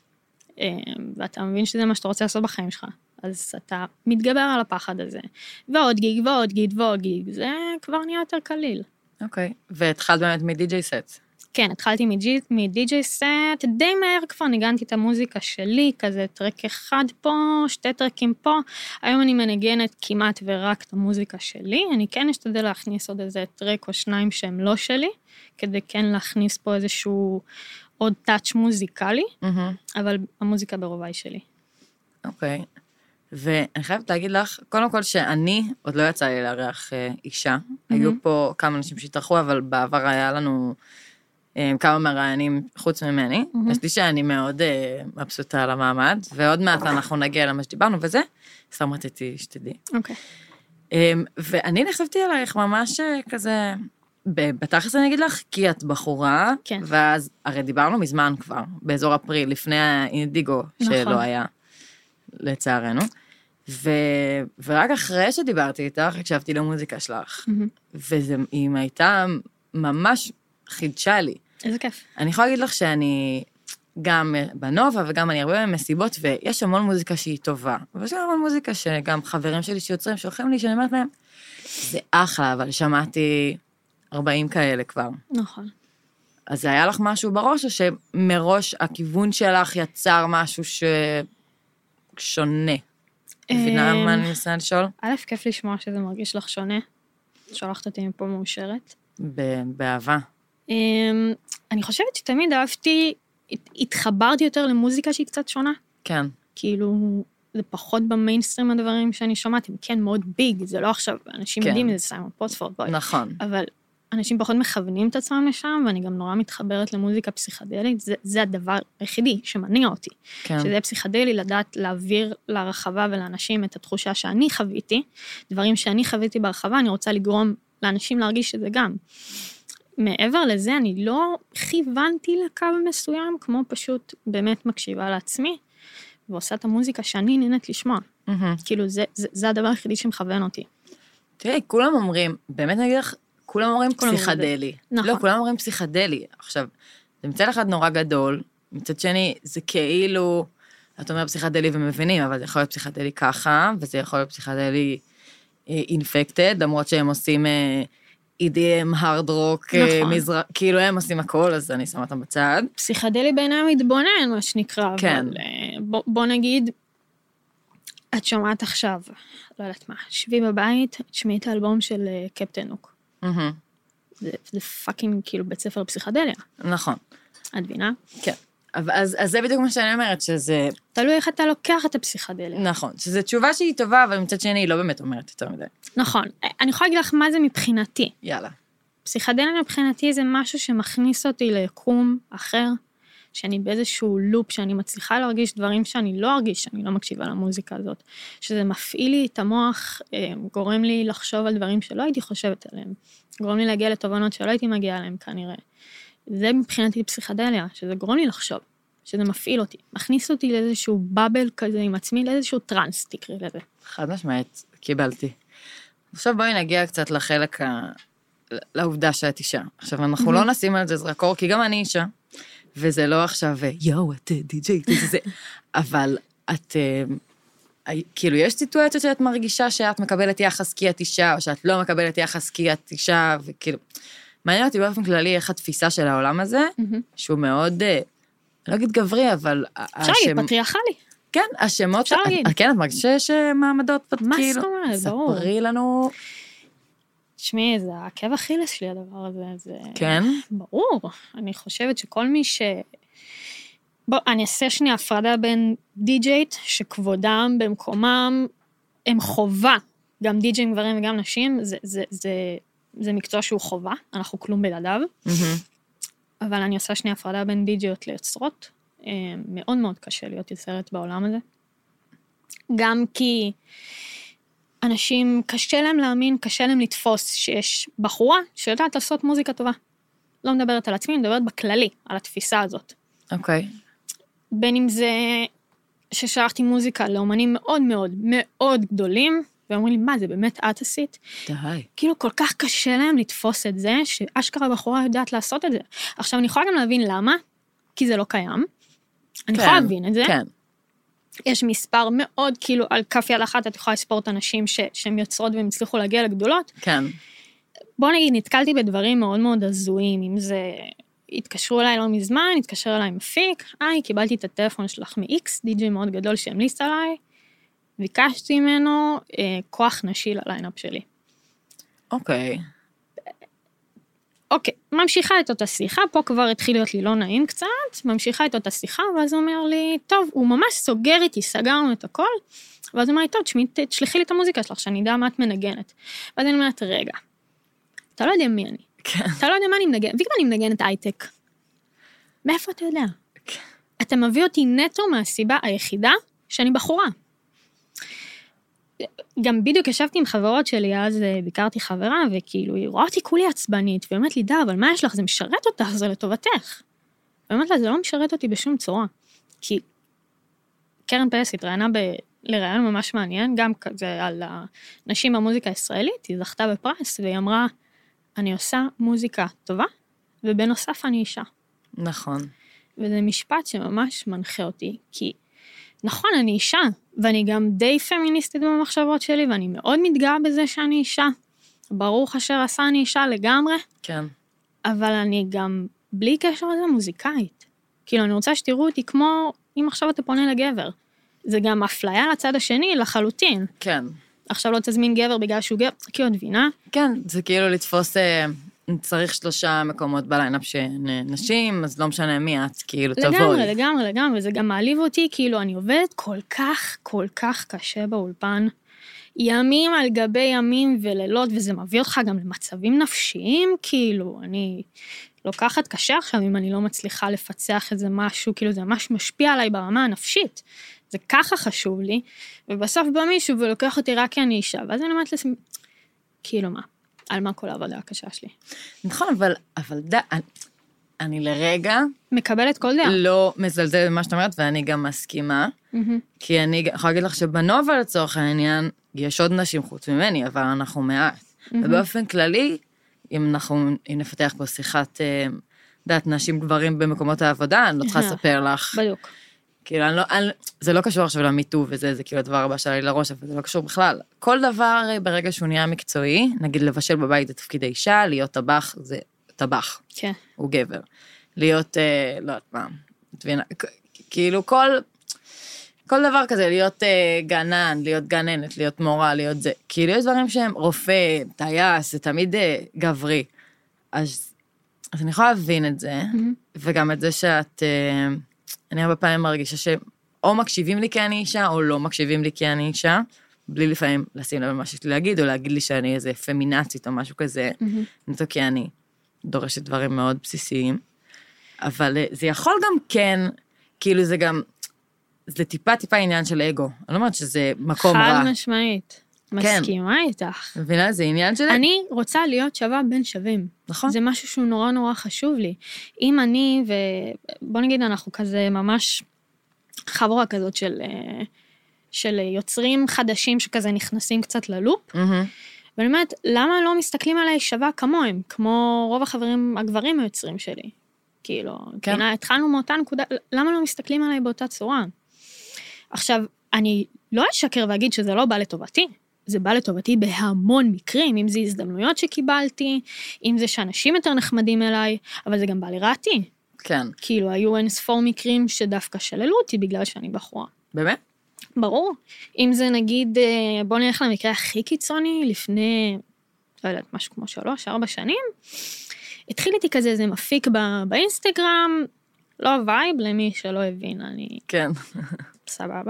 D: ואתה מבין שזה מה שאתה רוצה לעשות בחיים שלך. אז אתה מתגבר על הפחד הזה. ועוד גיג, ועוד גיג, ועוד גיג. זה כבר נהיה יותר קליל.
A: אוקיי. והתחלת באמת מדי-ג'יי סט.
D: כן, התחלתי מדי-ג'יי סט. די מהר כבר ניגנתי את המוזיקה שלי, כזה טרק אחד פה, 2 טרקים פה. היום אני מנגנת כמעט ורק את המוזיקה שלי. אני כן אשתדל להכניס עוד איזה טרק או 2 שהם לא שלי, כדי כן להכניס פה איזשהו עוד טאץ' מוזיקלי, אבל המוזיקה ברובעי שלי.
A: אוקיי. ואני חייבת להגיד לך, קודם כל שאני, עוד לא יצא לי לארח אישה, היו פה כמה אנשים שהתארחו, אבל בעבר היה לנו כמה מראיינים חוץ ממני, יש לי שאני מאוד מבסוטה על המעמד, ועוד מעט אנחנו נגיע למה שדיברנו וזה, סמרתתי שתדעי.
D: אוקיי.
A: ואני נחשפתי עלייך ממש כזה, בתכלס אני אגיד לך, כי את בחורה,
D: כן.
A: ואז הרי דיברנו מזמן כבר, באזור אפריל, לפני האינדיגו שלא היה, לצערנו, ורק אחרי שדיברתי איתך, הקשבתי למוזיקה שלך, והיא הייתה ממש חידשה לי.
D: איזה כיף.
A: אני יכולה להגיד לך שאני גם בנובה, וגם אני הרבה במסיבות, ויש המון מוזיקה שהיא טובה, ויש המון מוזיקה שגם חברים שלי שיוצרים, שולחים לי, שאני אומרת להם, זה אחלה, אבל שמעתי 40 כאלה כבר.
D: נכון.
A: אז זה היה לך משהו בראש, או שמראש הכיוון שלך יצר משהו שונה? מבינה מה אני מנסה לשאול?
D: א', כיף לשמוע שזה מרגיש לך שונה. שולחת אותי מפה מאושרת.
A: באהבה.
D: אני חושבת שתמיד אהבתי, התחברתי יותר למוזיקה שהיא קצת שונה.
A: כן.
D: כאילו, זה פחות במיינסטרים הדברים שאני שומעת, הם כן מאוד ביג, זה לא עכשיו, אנשים יודעים איזה סיימון פוספורד, בואי.
A: נכון.
D: אבל אנשים פחות מכוונים את עצמם לשם, ואני גם נורא מתחברת למוזיקה פסיכדלית, זה הדבר היחידי שמניע אותי.
A: כן.
D: שזה פסיכדלי, לדעת להעביר לרחבה ולאנשים את התחושה שאני חוויתי, דברים שאני חוויתי ברחבה, אני רוצה לגרום לאנשים להרגיש שזה גם. מעבר לזה, אני לא כיוונתי לקו מסוים, כמו פשוט באמת מקשיבה לעצמי, ועושה את המוזיקה שאני נהנית לשמוע. כאילו, זה הדבר היחידי שמכוון אותי.
A: תראי, כולם אומרים, באמת נגיד לך, כולם אומרים פסיכדלי.
D: נכון.
A: לא, כולם אומרים פסיכדלי. עכשיו, זה מצד אחד נורא גדול, מצד שני, זה כאילו, אתה אומר פסיכדלי ומבינים, אבל זה יכול להיות פסיכדלי ככה, וזה יכול להיות פסיכדלי אינפקטד, למרות שהם עושים EDM, hard rock, כאילו הם עושים הכל, אז אני שמה אותם בצד.
D: פסיכדלי בעיניי מתבונן, מה שנקרא,
A: כן.
D: אבל בוא נגיד, את שומעת עכשיו, לא יודעת מה, שבי בבית, תשמעי את האלבום של קפטן הוק. זה פאקינג כאילו בית ספר פסיכדליה.
A: נכון.
D: את מבינה?
A: כן. אז זה בדיוק מה שאני אומרת, שזה...
D: תלוי איך אתה לוקח את הפסיכדליה.
A: נכון, שזו תשובה שהיא טובה, אבל מצד שני היא לא באמת אומרת יותר מדי.
D: נכון. אני יכולה להגיד לך מה זה מבחינתי.
A: יאללה.
D: פסיכדליה מבחינתי זה משהו שמכניס אותי ליקום אחר, שאני באיזשהו לופ, שאני מצליחה להרגיש דברים שאני לא ארגיש, שאני לא מקשיבה למוזיקה הזאת, שזה מפעיל לי את המוח, גורם לי לחשוב על דברים שלא הייתי חושבת עליהם, גורם לי להגיע לתובנות שלא הייתי מגיעה עליהם כנראה. זה מבחינתי פסיכדליה, שזה גורם לי לחשוב, שזה מפעיל אותי, מכניס אותי לאיזשהו בבל כזה עם עצמי, לאיזשהו טרנס, תקראי לזה.
A: חד משמעית, קיבלתי. עכשיו בואי נגיע קצת לחלק לעובדה שאת אישה. עכשיו אנחנו לא נשים על זה זרקור, כי גם אני אישה, וזה לא עכשיו, יואו, את די-ג'יי, זה, אבל את, כאילו, יש סיטואציות שאת מרגישה שאת מקבלת יחס כי את אישה, או שאת לא מקבלת יחס כי את אישה, וכאילו, מעניין אותי באופן כללי איך התפיסה של העולם הזה, שהוא מאוד, לא אגיד גברי, אבל...
D: אפשר להגיד, פטריארכלי.
A: כן, השמות...
D: אפשר להגיד.
A: כן, את מרגישה שמעמדות,
D: מה זאת אומרת, ברור.
A: ספרי לנו...
D: תשמעי, זה העקב אכילס שלי הדבר הזה, זה...
A: כן?
D: ברור, אני חושבת שכל מי ש... בוא, אני אעשה שנייה הפרדה בין די-ג'ייט, שכבודם במקומם, הם חובה, גם די-ג'יים גברים וגם נשים, זה מקצוע שהוא חובה, אנחנו כלום בלעדיו, אבל אני עושה שנייה הפרדה בין די-ג'יות ליוצרות, מאוד מאוד קשה להיות יוצרת בעולם הזה, גם כי... אנשים, קשה להם להאמין, קשה להם לתפוס שיש בחורה שיודעת לעשות מוזיקה טובה. לא מדברת על עצמי, אני מדברת בכללי, על התפיסה הזאת.
A: אוקיי.
D: בין אם זה ששלחתי מוזיקה לאומנים מאוד מאוד מאוד גדולים, ואומרים לי, מה, זה באמת את עשית?
A: די.
D: כאילו כל כך קשה להם לתפוס את זה, שאשכרה בחורה יודעת לעשות את זה. עכשיו, אני יכולה גם להבין למה, כי זה לא קיים. אני יכולה להבין את זה.
A: כן.
D: יש מספר מאוד, כאילו, על כף יד אחת, את יכולה לספור את אנשים שהן יוצרות והם הצליחו להגיע לגדולות.
A: כן.
D: בוא נגיד, נתקלתי בדברים מאוד מאוד הזויים, אם זה, התקשרו אליי לא מזמן, התקשר אליי מפיק, קיבלתי את הטלפון שלך מ-X, די-ג'יי מאוד גדול שהמליץ עליי, ביקשתי ממנו כוח נשי לליינאפ שלי.
A: אוקיי.
D: אוקיי, ממשיכה את אותה שיחה, פה כבר התחיל להיות לי לא נעים קצת, ממשיכה את אותה שיחה, ואז הוא אומר לי, טוב, הוא ממש סוגר איתי, סגרנו את הכל, ואז הוא אומר לי, טוב, תשלחי לי את המוזיקה שלך, שאני יודע מה את מנגנת. ואז אני אומרת, רגע, אתה לא יודע מי אני. אתה לא יודע מה אני מנגנת, וגם אני מנגנת הייטק. מאיפה אתה יודע? אתה מביא אותי נטו מהסיבה היחידה שאני בחורה. גם בדיוק ישבתי עם חברות שלי, אז ביקרתי חברה, וכאילו, היא רואה אותי כולי עצבנית, ואומרת לי, אבל מה יש לך? זה משרת אותך, זה לטובתך. ואומרת לה, זה לא משרת אותי בשום צורה. כי קרן פלס התראיינה לראיון ממש מעניין, גם כזה על הנשים במוזיקה הישראלית, היא זכתה בפרס, והיא אמרה, אני עושה מוזיקה טובה, ובנוסף אני אישה.
A: נכון.
D: וזה משפט שממש מנחה אותי, כי נכון, אני אישה, ואני גם די פמיניסטית במחשבות שלי, ואני מאוד מתגאה בזה שאני אישה. ברוך אשר עשה אני אישה לגמרי.
A: כן.
D: אבל אני גם, בלי קשר לזה, מוזיקאית. כאילו, אני רוצה שתראו אותי כמו, אם עכשיו אתה פונה לגבר. זה גם אפליה לצד השני, לחלוטין.
A: כן.
D: עכשיו לא תזמין גבר בגלל שהוא גבר, כאילו, דבינה.
A: כן, זה כאילו לתפוס, צריך 3 מקומות בליינאפ שנשים, אז לא משנה מי את, כאילו, תבואי.
D: לגמרי, וזה גם מעליב אותי, כאילו, אני עובדת כל כך קשה באולפן, ימים על גבי ימים ולילות, וזה מביא אותך גם למצבים נפשיים, כאילו, אני לוקחת קשה עכשיו, אם אני לא מצליחה לפצח איזה משהו, כאילו, זה ממש משפיע עליי ברמה הנפשית, זה ככה חשוב לי, ובסוף בא מישהו ולוקח אותי רק כי אני אישה, ואז אני אומרת לעצמי, כאילו מה? על מה כל העבודה הקשה שלי.
A: נכון, אבל אני לרגע...
D: מקבלת כל דעה.
A: לא מזלזל במה שאת אומרת, ואני גם מסכימה, כי אני יכולה להגיד לך שבנובה לצורך העניין, יש עוד נשים חוץ ממני, אבל אנחנו מעט. ובאופן כללי, אם נפתח פה שיחת דעת נשים גברים במקומות העבודה, אני לא צריכה לספר לך.
D: בדיוק.
A: כאילו, זה לא קשור עכשיו למיטו וזה, זה כאילו הדבר הבא שלי לראש, אבל זה לא קשור בכלל. כל דבר ברגע שהוא נהיה מקצועי, נגיד לבשל בבית זה תפקיד האישה, להיות טבח זה טבח.
D: כן.
A: הוא גבר. להיות, לא יודעת מה, כאילו כל דבר כזה, להיות גנן, להיות גננת, להיות מורה, להיות זה, כאילו יש דברים שהם רופא, טייס, זה תמיד גברי. אז אני יכולה להבין את זה, וגם את זה שאת, אני הרבה פעמים מרגישה שאו מקשיבים לי כי אני אישה, או לא מקשיבים לי כי אני אישה, בלי לפעמים לשים לב מה שיש לי להגיד, או להגיד לי שאני איזה פמינצית או משהו כזה, נתו כי אני דורשת דברים מאוד בסיסיים, אבל זה יכול גם כן, כאילו זה גם, זה טיפה עניין של אגו, אני לא אומרת שזה מקום רע.
D: חד משמעית. מסכימה איתך.
A: מבינה, זה עניין של...
D: אני רוצה להיות שווה בין שווים.
A: נכון.
D: זה משהו שהוא נורא נורא חשוב לי. אם אני, ובוא נגיד אנחנו כזה ממש חבורה כזאת של יוצרים חדשים שכזה נכנסים קצת ללופ, ואני אומרת, למה לא מסתכלים עליי שווה כמוהם, כמו רוב החברים הגברים היוצרים שלי? כאילו, כן. התחלנו מאותה נקודה, למה לא מסתכלים עליי באותה צורה? עכשיו, אני לא אשקר ואגיד שזה לא בא לטובתי, זה בא לטובתי בהמון מקרים, אם זה הזדמנויות שקיבלתי, אם זה שאנשים יותר נחמדים אליי, אבל זה גם בא לרעתי.
A: כן.
D: כאילו, היו אין ספור מקרים שדווקא שללו אותי בגלל שאני בחורה.
A: באמת?
D: ברור. אם זה נגיד, בוא נלך למקרה הכי קיצוני, לפני, לא יודעת, משהו כמו 3-4 שנים, התחיל איתי כזה איזה מפיק באינסטגרם, לא וייב, למי שלא הבין, אני...
A: כן.
D: סבבה.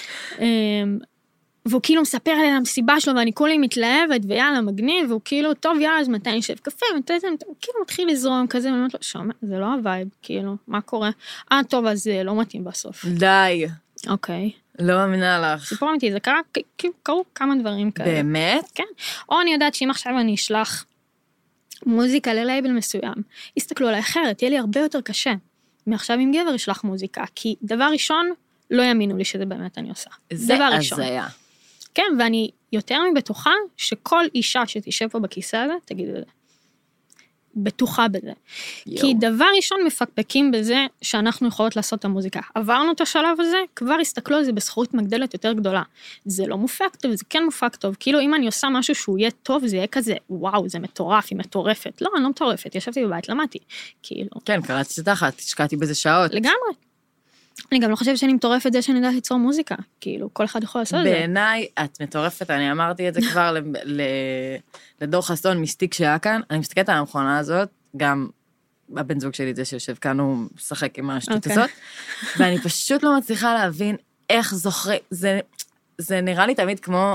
D: והוא כאילו מספר עליה למסיבה שלו, ואני כולי מתלהבת, ויאללה, מגניב, והוא כאילו, טוב, יאללה, אז מתי נשב קפה, הוא כאילו מתחיל לזרום כזה, ואני אומרת לו, שומע, זה לא הווייב, כאילו, מה קורה? טוב, אז זה לא מתאים בסוף.
A: די.
D: אוקיי.
A: לא מאמינה לך.
D: סיפור אמיתי, זה קרו כמה דברים כאלה.
A: באמת?
D: כן. או אני יודעת שאם עכשיו אני אשלח מוזיקה ללייבל מסוים, יסתכלו עליי אחרת, יהיה לי הרבה יותר קשה. מעכשיו עם גבר ישלח מוזיקה, כי דבר ראשון, לא יאמינו לי שזה באמת אני עושה. דבר ראשון.
A: זה היה.
D: כן, ואני יותר מבטוחה שכל אישה שתשב פה בכיסא הזה, תגיד את זה. בטוחה בזה. כי דבר ראשון מפקפקים בזה שאנחנו יכולות לעשות את המוזיקה. עברנו את השלב הזה, כבר הסתכלו על זה בזכות מגדלת יותר גדולה. זה לא מופק טוב, זה כן מופק טוב. כאילו אם אני עושה משהו שהוא יהיה טוב, זה יהיה כזה, וואו, זה מטורף, היא מטורפת. לא, אני לא מטורפת, ישבתי בבית, למדתי. כאילו.
A: כן, קראתי תחת, השקעתי בזה שעות.
D: לגמרי. אני גם לא חושבת שאני מטורפת זה שאני יודעת ליצור מוזיקה. כאילו, כל אחד יכול לעשות את זה.
A: בעיניי, את מטורפת, אני אמרתי את זה כבר לדור חסון מיסטיק שהיה כאן, אני מסתכלת על המכונה הזאת, גם הבן זוג שלי זה שיושב כאן, הוא משחק עם השטות הזאת, ואני פשוט לא מצליחה להבין איך זוכרי, זה נראה לי תמיד כמו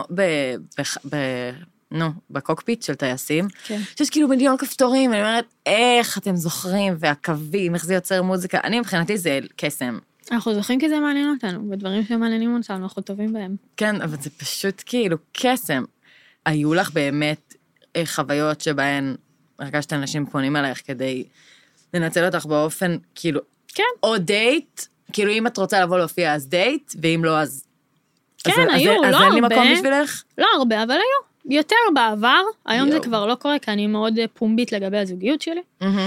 A: בקוקפיט של טייסים, שיש כאילו מיליון כפתורים, אני אומרת, איך אתם זוכרים, והקווים, איך זה יוצר מוזיקה, אני מבחינתי זה קסם.
D: אנחנו זוכרים כי זה מעניין אותנו, בדברים שמעניינים אותנו, אנחנו טובים בהם.
A: כן, אבל זה פשוט כאילו קסם. היו לך באמת חוויות שבהן הרגשת אנשים פונים עלייך כדי לנצל אותך באופן, כאילו,
D: כן.
A: או דייט, כאילו אם את רוצה לבוא להופיע אז דייט, ואם לא אז...
D: כן, היו, לא הרבה.
A: אז אין לי מקום בשבילך?
D: לא הרבה, אבל היו. יותר בעבר, היום זה כבר לא קורה, כי אני מאוד פומבית לגבי הזוגיות שלי.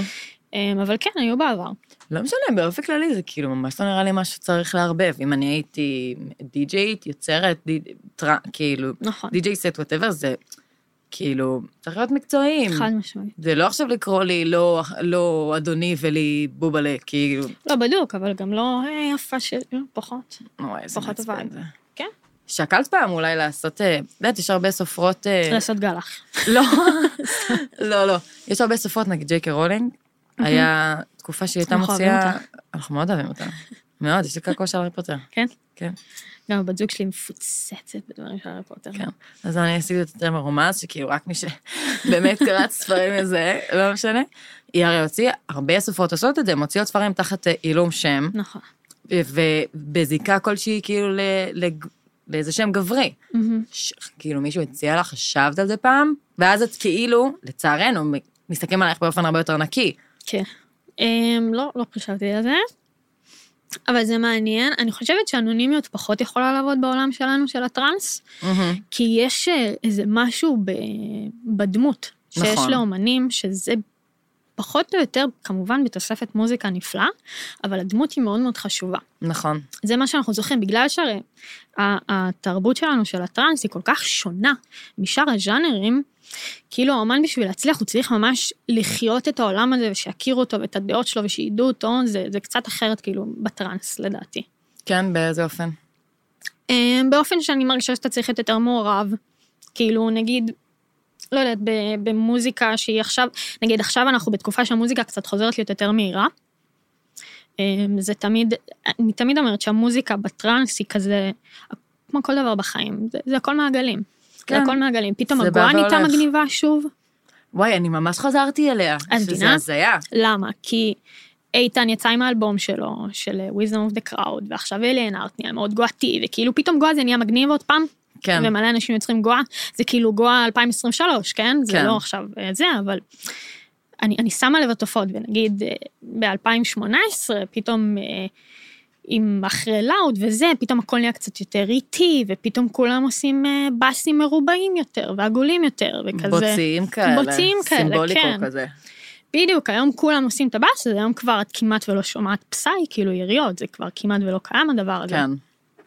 D: אבל כן, היו בעבר.
A: לא משנה, באופן כללי זה כאילו ממש לא נראה לי משהו שצריך להרבב. אם אני הייתי די-ג'יית, יוצרת, כאילו, די-ג'יי סט, whatever, זה כאילו, צריך להיות מקצועיים.
D: חד משמעית.
A: זה לא עכשיו לקרוא לי לא אדוני ולי בובלה, כאילו.
D: לא בדוק, אבל גם לא יפה של... פחות. פחות אבל. כן.
A: שקלת פעם אולי לעשות, יודעת, יש הרבה סופרות...
D: לעשות גלח.
A: לא, לא. יש הרבה סופרות, נגיד ג'יי.קיי רולינג, היה תקופה שהיא הייתה מוציאה... אנחנו מאוד אוהבים אותה. מאוד, יש לי קעקוע של הארי פוטר.
D: כן?
A: כן.
D: גם הבת שלי מפוצצת בדברים של הארי פוטר.
A: כן. אז אני עשיתי את יותר מרומז, שכאילו רק מי שבאמת קראת ספרים לזה, לא משנה. היא הרי הוציאה, הרבה סופרות עושות את זה, מוציאות ספרים תחת עילום שם.
D: נכון.
A: ובזיקה כלשהי כאילו לאיזה שם גברי. כאילו מישהו הציע לך, חשבת על זה פעם, ואז את כאילו, לצערנו, מסתכלים עליך באופן הרבה יותר נקי.
D: כן. לא חשבתי על זה, אבל זה מעניין. אני חושבת שאנונימיות פחות יכולה לעבוד בעולם שלנו, של הטרנס, כי יש איזה משהו בדמות, שיש לאומנים, שזה פחות או יותר, כמובן, בתוספת מוזיקה נפלאה, אבל הדמות היא מאוד מאוד חשובה.
A: נכון.
D: זה מה שאנחנו זוכרים, בגלל שהרי התרבות שלנו של הטרנס היא כל כך שונה משאר הז'אנרים, כאילו האומן בשביל להצליח, הוא צריך ממש לחיות את העולם הזה, ושיכירו אותו, ואת הדעות שלו, ושידעו אותו, זה קצת אחרת כאילו בטרנס, לדעתי.
A: כן, באיזה אופן?
D: באופן שאני מרגישה שאתה צריך להיות יותר מעורב, כאילו נגיד, לא יודעת, במוזיקה שהיא עכשיו, נגיד עכשיו אנחנו בתקופה שהמוזיקה קצת חוזרת להיות יותר מהירה, זה תמיד, אני תמיד אומרת שהמוזיקה בטרנס היא כזה, כמו כל דבר בחיים, זה הכל מעגלים. זה הכל מעגלים. פתאום הגואה נהייתה מגניבה שוב.
A: וואי, אני ממש חזרתי אליה, שזה הזיה.
D: למה? כי איתן יצא עם האלבום שלו, של Wisdom of the Crowd, ועכשיו אליאן ארט נהיה מאוד גואתי, וכאילו פתאום גואה זה נהיה מגניב עוד פעם,
A: כן.
D: ומלא אנשים יוצרים גואה, זה כאילו גואה 2023, כן? זה לא עכשיו זה, אבל אני שמה לב התופעות, ונגיד ב-2018, פתאום עם אחרי לאוד וזה, פתאום הכל נהיה קצת יותר איטי, ופתאום כולם עושים בסים מרובעים יותר, ועגולים יותר, וכזה.
A: בוצעים כאלה, סימבוליקו
D: כן.
A: כזה.
D: בדיוק, היום כולם עושים את הבאס, אז היום כבר את כמעט ולא שומעת פסאי, כאילו יריות, זה כבר כמעט ולא קיים הדבר הזה.
A: כן.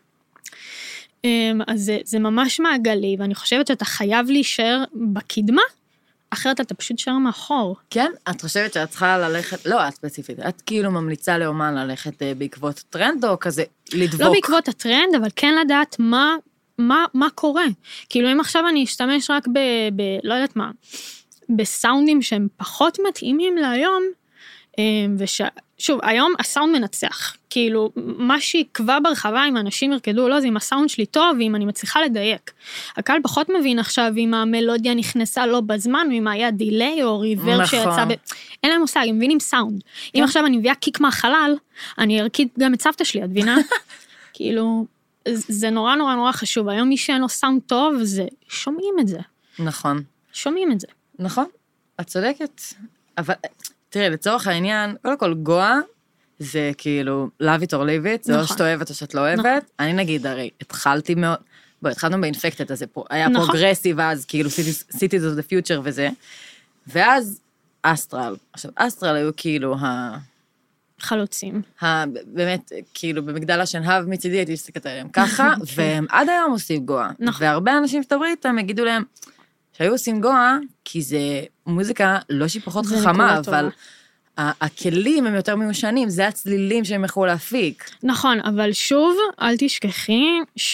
D: אז זה ממש מעגלי, ואני חושבת שאתה חייב להישאר בקדמה, אחרת אתה פשוט שער מאחור.
A: כן? את חושבת שאת צריכה ללכת, לא את ספציפית, את כאילו ממליצה לאומן ללכת בעקבות טרנד, או כזה לדבוק?
D: לא בעקבות הטרנד, אבל כן לדעת מה קורה. כאילו אם עכשיו אני אשתמש רק לא יודעת מה, בסאונדים שהם פחות מתאימים להיום, שוב, היום הסאונד מנצח, כאילו, מה שיקבע ברחבה אם אנשים ירקדו או לא, זה אם הסאונד שלי טוב, ואם אני מצליחה לדייק. הקהל פחות מבין עכשיו אם המלודיה נכנסה לא בזמן, ואם היה דילי או ריברב שיצא אין להם מושג, הם מבינים סאונד. אם עכשיו אני מביאה קיק מהחלל, אני ארקיד גם את סבתא שלי, את מבינה? כאילו, זה נורא נורא נורא חשוב. היום מי שאין לו סאונד טוב, זה שומעים את זה.
A: נכון.
D: שומעים את זה.
A: נכון, את צודקת. אבל תראי, לצורך העניין, קודם כל גואה, זה כאילו, love it or leave it, זה או שאת אוהבת או שאת לא אוהבת. אני נגיד, הרי התחלתי מאוד, התחלנו באינפקטד, אז היה פרוגרסיב, אז כאילו Cities of the Future וזה, ואז אסטרל. עכשיו, אסטרל היו כאילו
D: חלוצים.
A: באמת, כאילו, במגדל השנהב מצידי, הייתי מסתכלת עליהם ככה, והם עד היום עושים גואה. והרבה אנשים שתדברי איתם, יגידו להם, שהיו עושים גואה, כי זה מוזיקה לא שהיא פחות חכמה, אבל הכלים הם יותר מיושנים, זה הצלילים שהם יכולו להפיק.
D: נכון, אבל שוב, אל תשכחי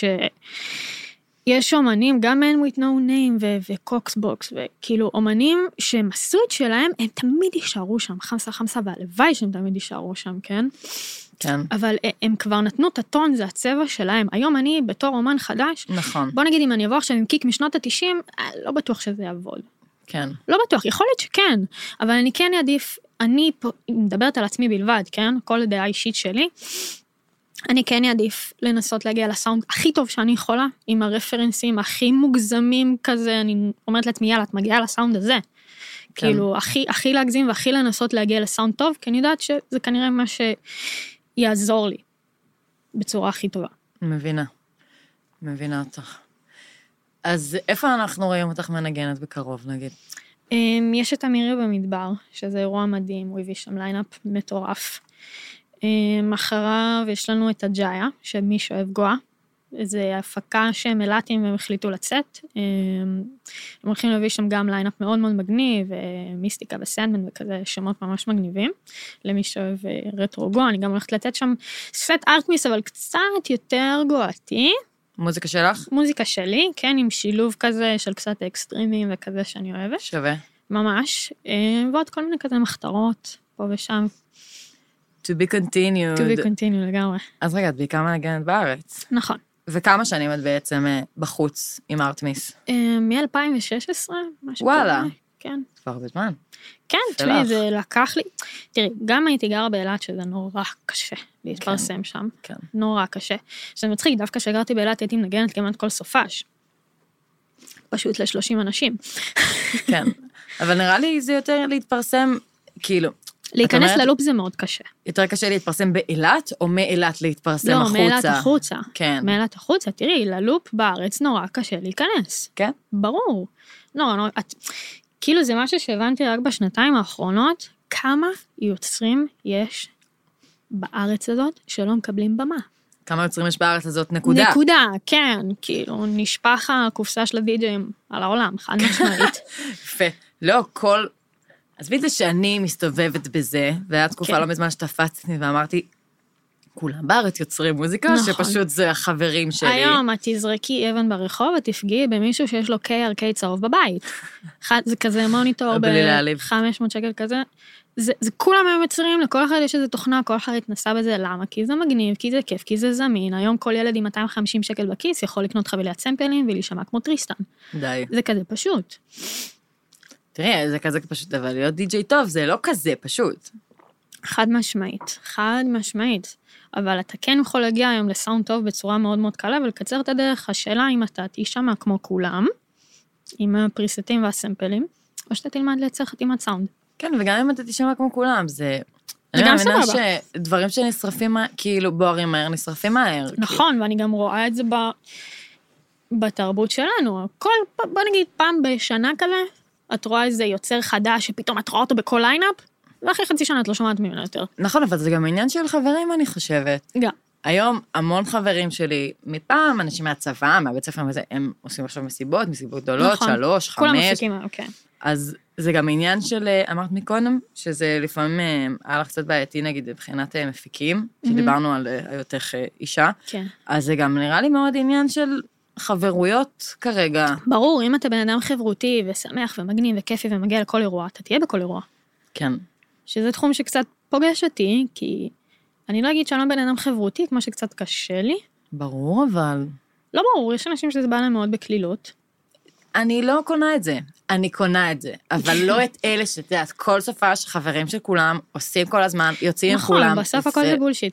D: שיש אומנים, גם Man With No Name וקוקסבוקס, וכאילו אומנים שהם עשו את שלהם, הם תמיד יישארו שם, חמסה, והלוואי שהם תמיד יישארו שם, כן?
A: כן.
D: אבל הם כבר נתנו את הטון, זה הצבע שלהם. היום אני בתור אומן חדש,
A: נכון.
D: בוא נגיד אם אני אבוא עכשיו עם קיק משנות ה-90, לא בטוח שזה יעבוד.
A: כן.
D: לא בטוח, יכול להיות שכן, אבל אני כן אעדיף, אני מדברת על עצמי בלבד, כן? כל דעה אישית שלי, אני כן אעדיף לנסות להגיע לסאונד הכי טוב שאני יכולה, עם הרפרנסים הכי מוגזמים כזה, אני אומרת לעצמי, יאללה, את מגיעה לסאונד הזה. כן. כאילו, הכי להגזים והכי לנסות להגיע לסאונד טוב, כי אני יודעת שזה כנראה מה יעזור לי בצורה הכי טובה.
A: מבינה אותך. אז איפה אנחנו רואים אותך מנגנת בקרוב, נגיד?
D: יש את אמירי במדבר, שזה אירוע מדהים, הוא הביא שם ליינאפ מטורף. אחריו יש לנו את הג'איה, שמי שאוהב גואה, זה הפקה שהם אלטים והם החליטו לצאת. הם הולכים להביא שם גם ליינאפ מאוד מאוד מגניב, מיסטיקה וסנדמן וכזה שמות ממש מגניבים. למי שאוהב רטרו גואה, אני גם הולכת לתת שם סט ארטמיס, אבל קצת יותר גואתי.
A: מוזיקה שלך?
D: מוזיקה שלי, כן, עם שילוב כזה של קצת אקסטרימים וכזה שאני אוהבת.
A: שווה.
D: ממש. ועוד כל מיני כזה מחתרות, פה ושם.
A: To be continued.
D: To be continued לגמרי.
A: אז רגע, את בעיקר מנגנת בארץ.
D: נכון.
A: וכמה שנים את בעצם בחוץ עם ארטמיס?
D: מ-2016, משהו כזה.
A: וואלה.
D: כן.
A: כבר הרבה זמן.
D: כן, תשמעי, זה לקח לי, תראי, גם הייתי גרה באילת, שזה נורא קשה להתפרסם שם.
A: כן.
D: נורא קשה. שזה מצחיק, דווקא שגרתי באילת, הייתי מנגנת כמעט כל סופש. פשוט ל-30 אנשים.
A: כן. אבל נראה לי זה יותר להתפרסם, כאילו,
D: להיכנס ללופ זה מאוד קשה.
A: יותר קשה להתפרסם באילת, או מאילת להתפרסם החוצה?
D: לא, מאילת החוצה.
A: כן.
D: מאילת החוצה, תראי, ללופ בארץ נורא קשה להיכנס.
A: כן?
D: ברור. נורא, כאילו זה משהו שהבנתי רק בשנתיים האחרונות, כמה יוצרים יש בארץ הזאת שלא מקבלים במה.
A: כמה יוצרים יש בארץ הזאת, נקודה.
D: נקודה, כן, כאילו, נשפח הקופסה של הדי-ג'ים על העולם, חד משמעית.
A: יפה. לא, עזבי את זה שאני מסתובבת בזה, והיה תקופה לא מזמן שתפצתי ואמרתי, כולם בארץ יוצרים מוזיקה,
D: נכון.
A: שפשוט זה החברים שלי.
D: היום את תזרקי אבן ברחוב, את תפגעי במישהו שיש לו ארקייד צהוב בבית. זה כזה מוניטור
A: בלי להעליב.
D: ב-500 שקל כזה. זה כולם היום יוצרים, לכל אחד יש איזו תוכנה, כל אחד התנסה בזה, למה? כי זה מגניב, כי זה כיף, כי זה זמין. היום כל ילד עם 250 שקל בכיס יכול לקנות חבילת סמפלים ולהישמע כמו טריסטן.
A: די.
D: זה כזה פשוט.
A: תראי, זה כזה פשוט, אבל להיות די-ג'יי טוב זה לא כזה פשוט.
D: חד משמעית. אבל אתה כן יכול להגיע היום לסאונד טוב בצורה מאוד מאוד קלה, ולקצר את הדרך. השאלה אם אתה תישמע כמו כולם, עם הפריסטים והסמפלים, או שאתה תלמד לייצר חתימת סאונד.
A: כן, וגם אם אתה תשמע כמו כולם, זה...
D: זה גם סבבה.
A: אני מאמינה שדברים שנשרפים, כאילו בוערים מהר, נשרפים מהר.
D: נכון, ואני גם רואה את זה בתרבות שלנו. בוא נגיד פעם בשנה כזה, את רואה איזה יוצר חדש, שפתאום את רואה אותו בכל ליינאפ, ואחרי חצי שנה את לא שומעת ממנו יותר.
A: נכון, אבל זה גם עניין של חברים, אני חושבת.
D: גם.
A: היום המון חברים שלי, מפעם, אנשים מהצבא, מהבית ספר וזה, הם עושים עכשיו מסיבות גדולות,
D: נכון.
A: 3, 5.
D: כולם מפיקים, אוקיי.
A: אז זה גם עניין של, אמרת מקודם, שזה לפעמים היה לך קצת בעייתי, נגיד, מבחינת מפיקים, שדיברנו על היותך אישה.
D: כן.
A: אז זה גם נראה לי מאוד עניין של חברויות כרגע.
D: ברור, אם אתה בן אדם חברותי ושמח ומגניב וכיפי ומגיע לכל אירוע, אתה תהיה בכל אירוע.
A: כן.
D: שזה תחום שקצת פוגש אותי, כי אני לא אגיד שאני לא בן אדם חברותי, כמו שקצת קשה לי.
A: ברור, אבל...
D: לא ברור, יש אנשים שזה בא להם מאוד בקלילות.
A: אני לא קונה את זה. אני קונה את זה. אבל לא את אלה שתדעת, כל סופה שחברים של כולם עושים כל הזמן, יוצאים עם כולם.
D: נכון, בסוף הכל זה בולשיט,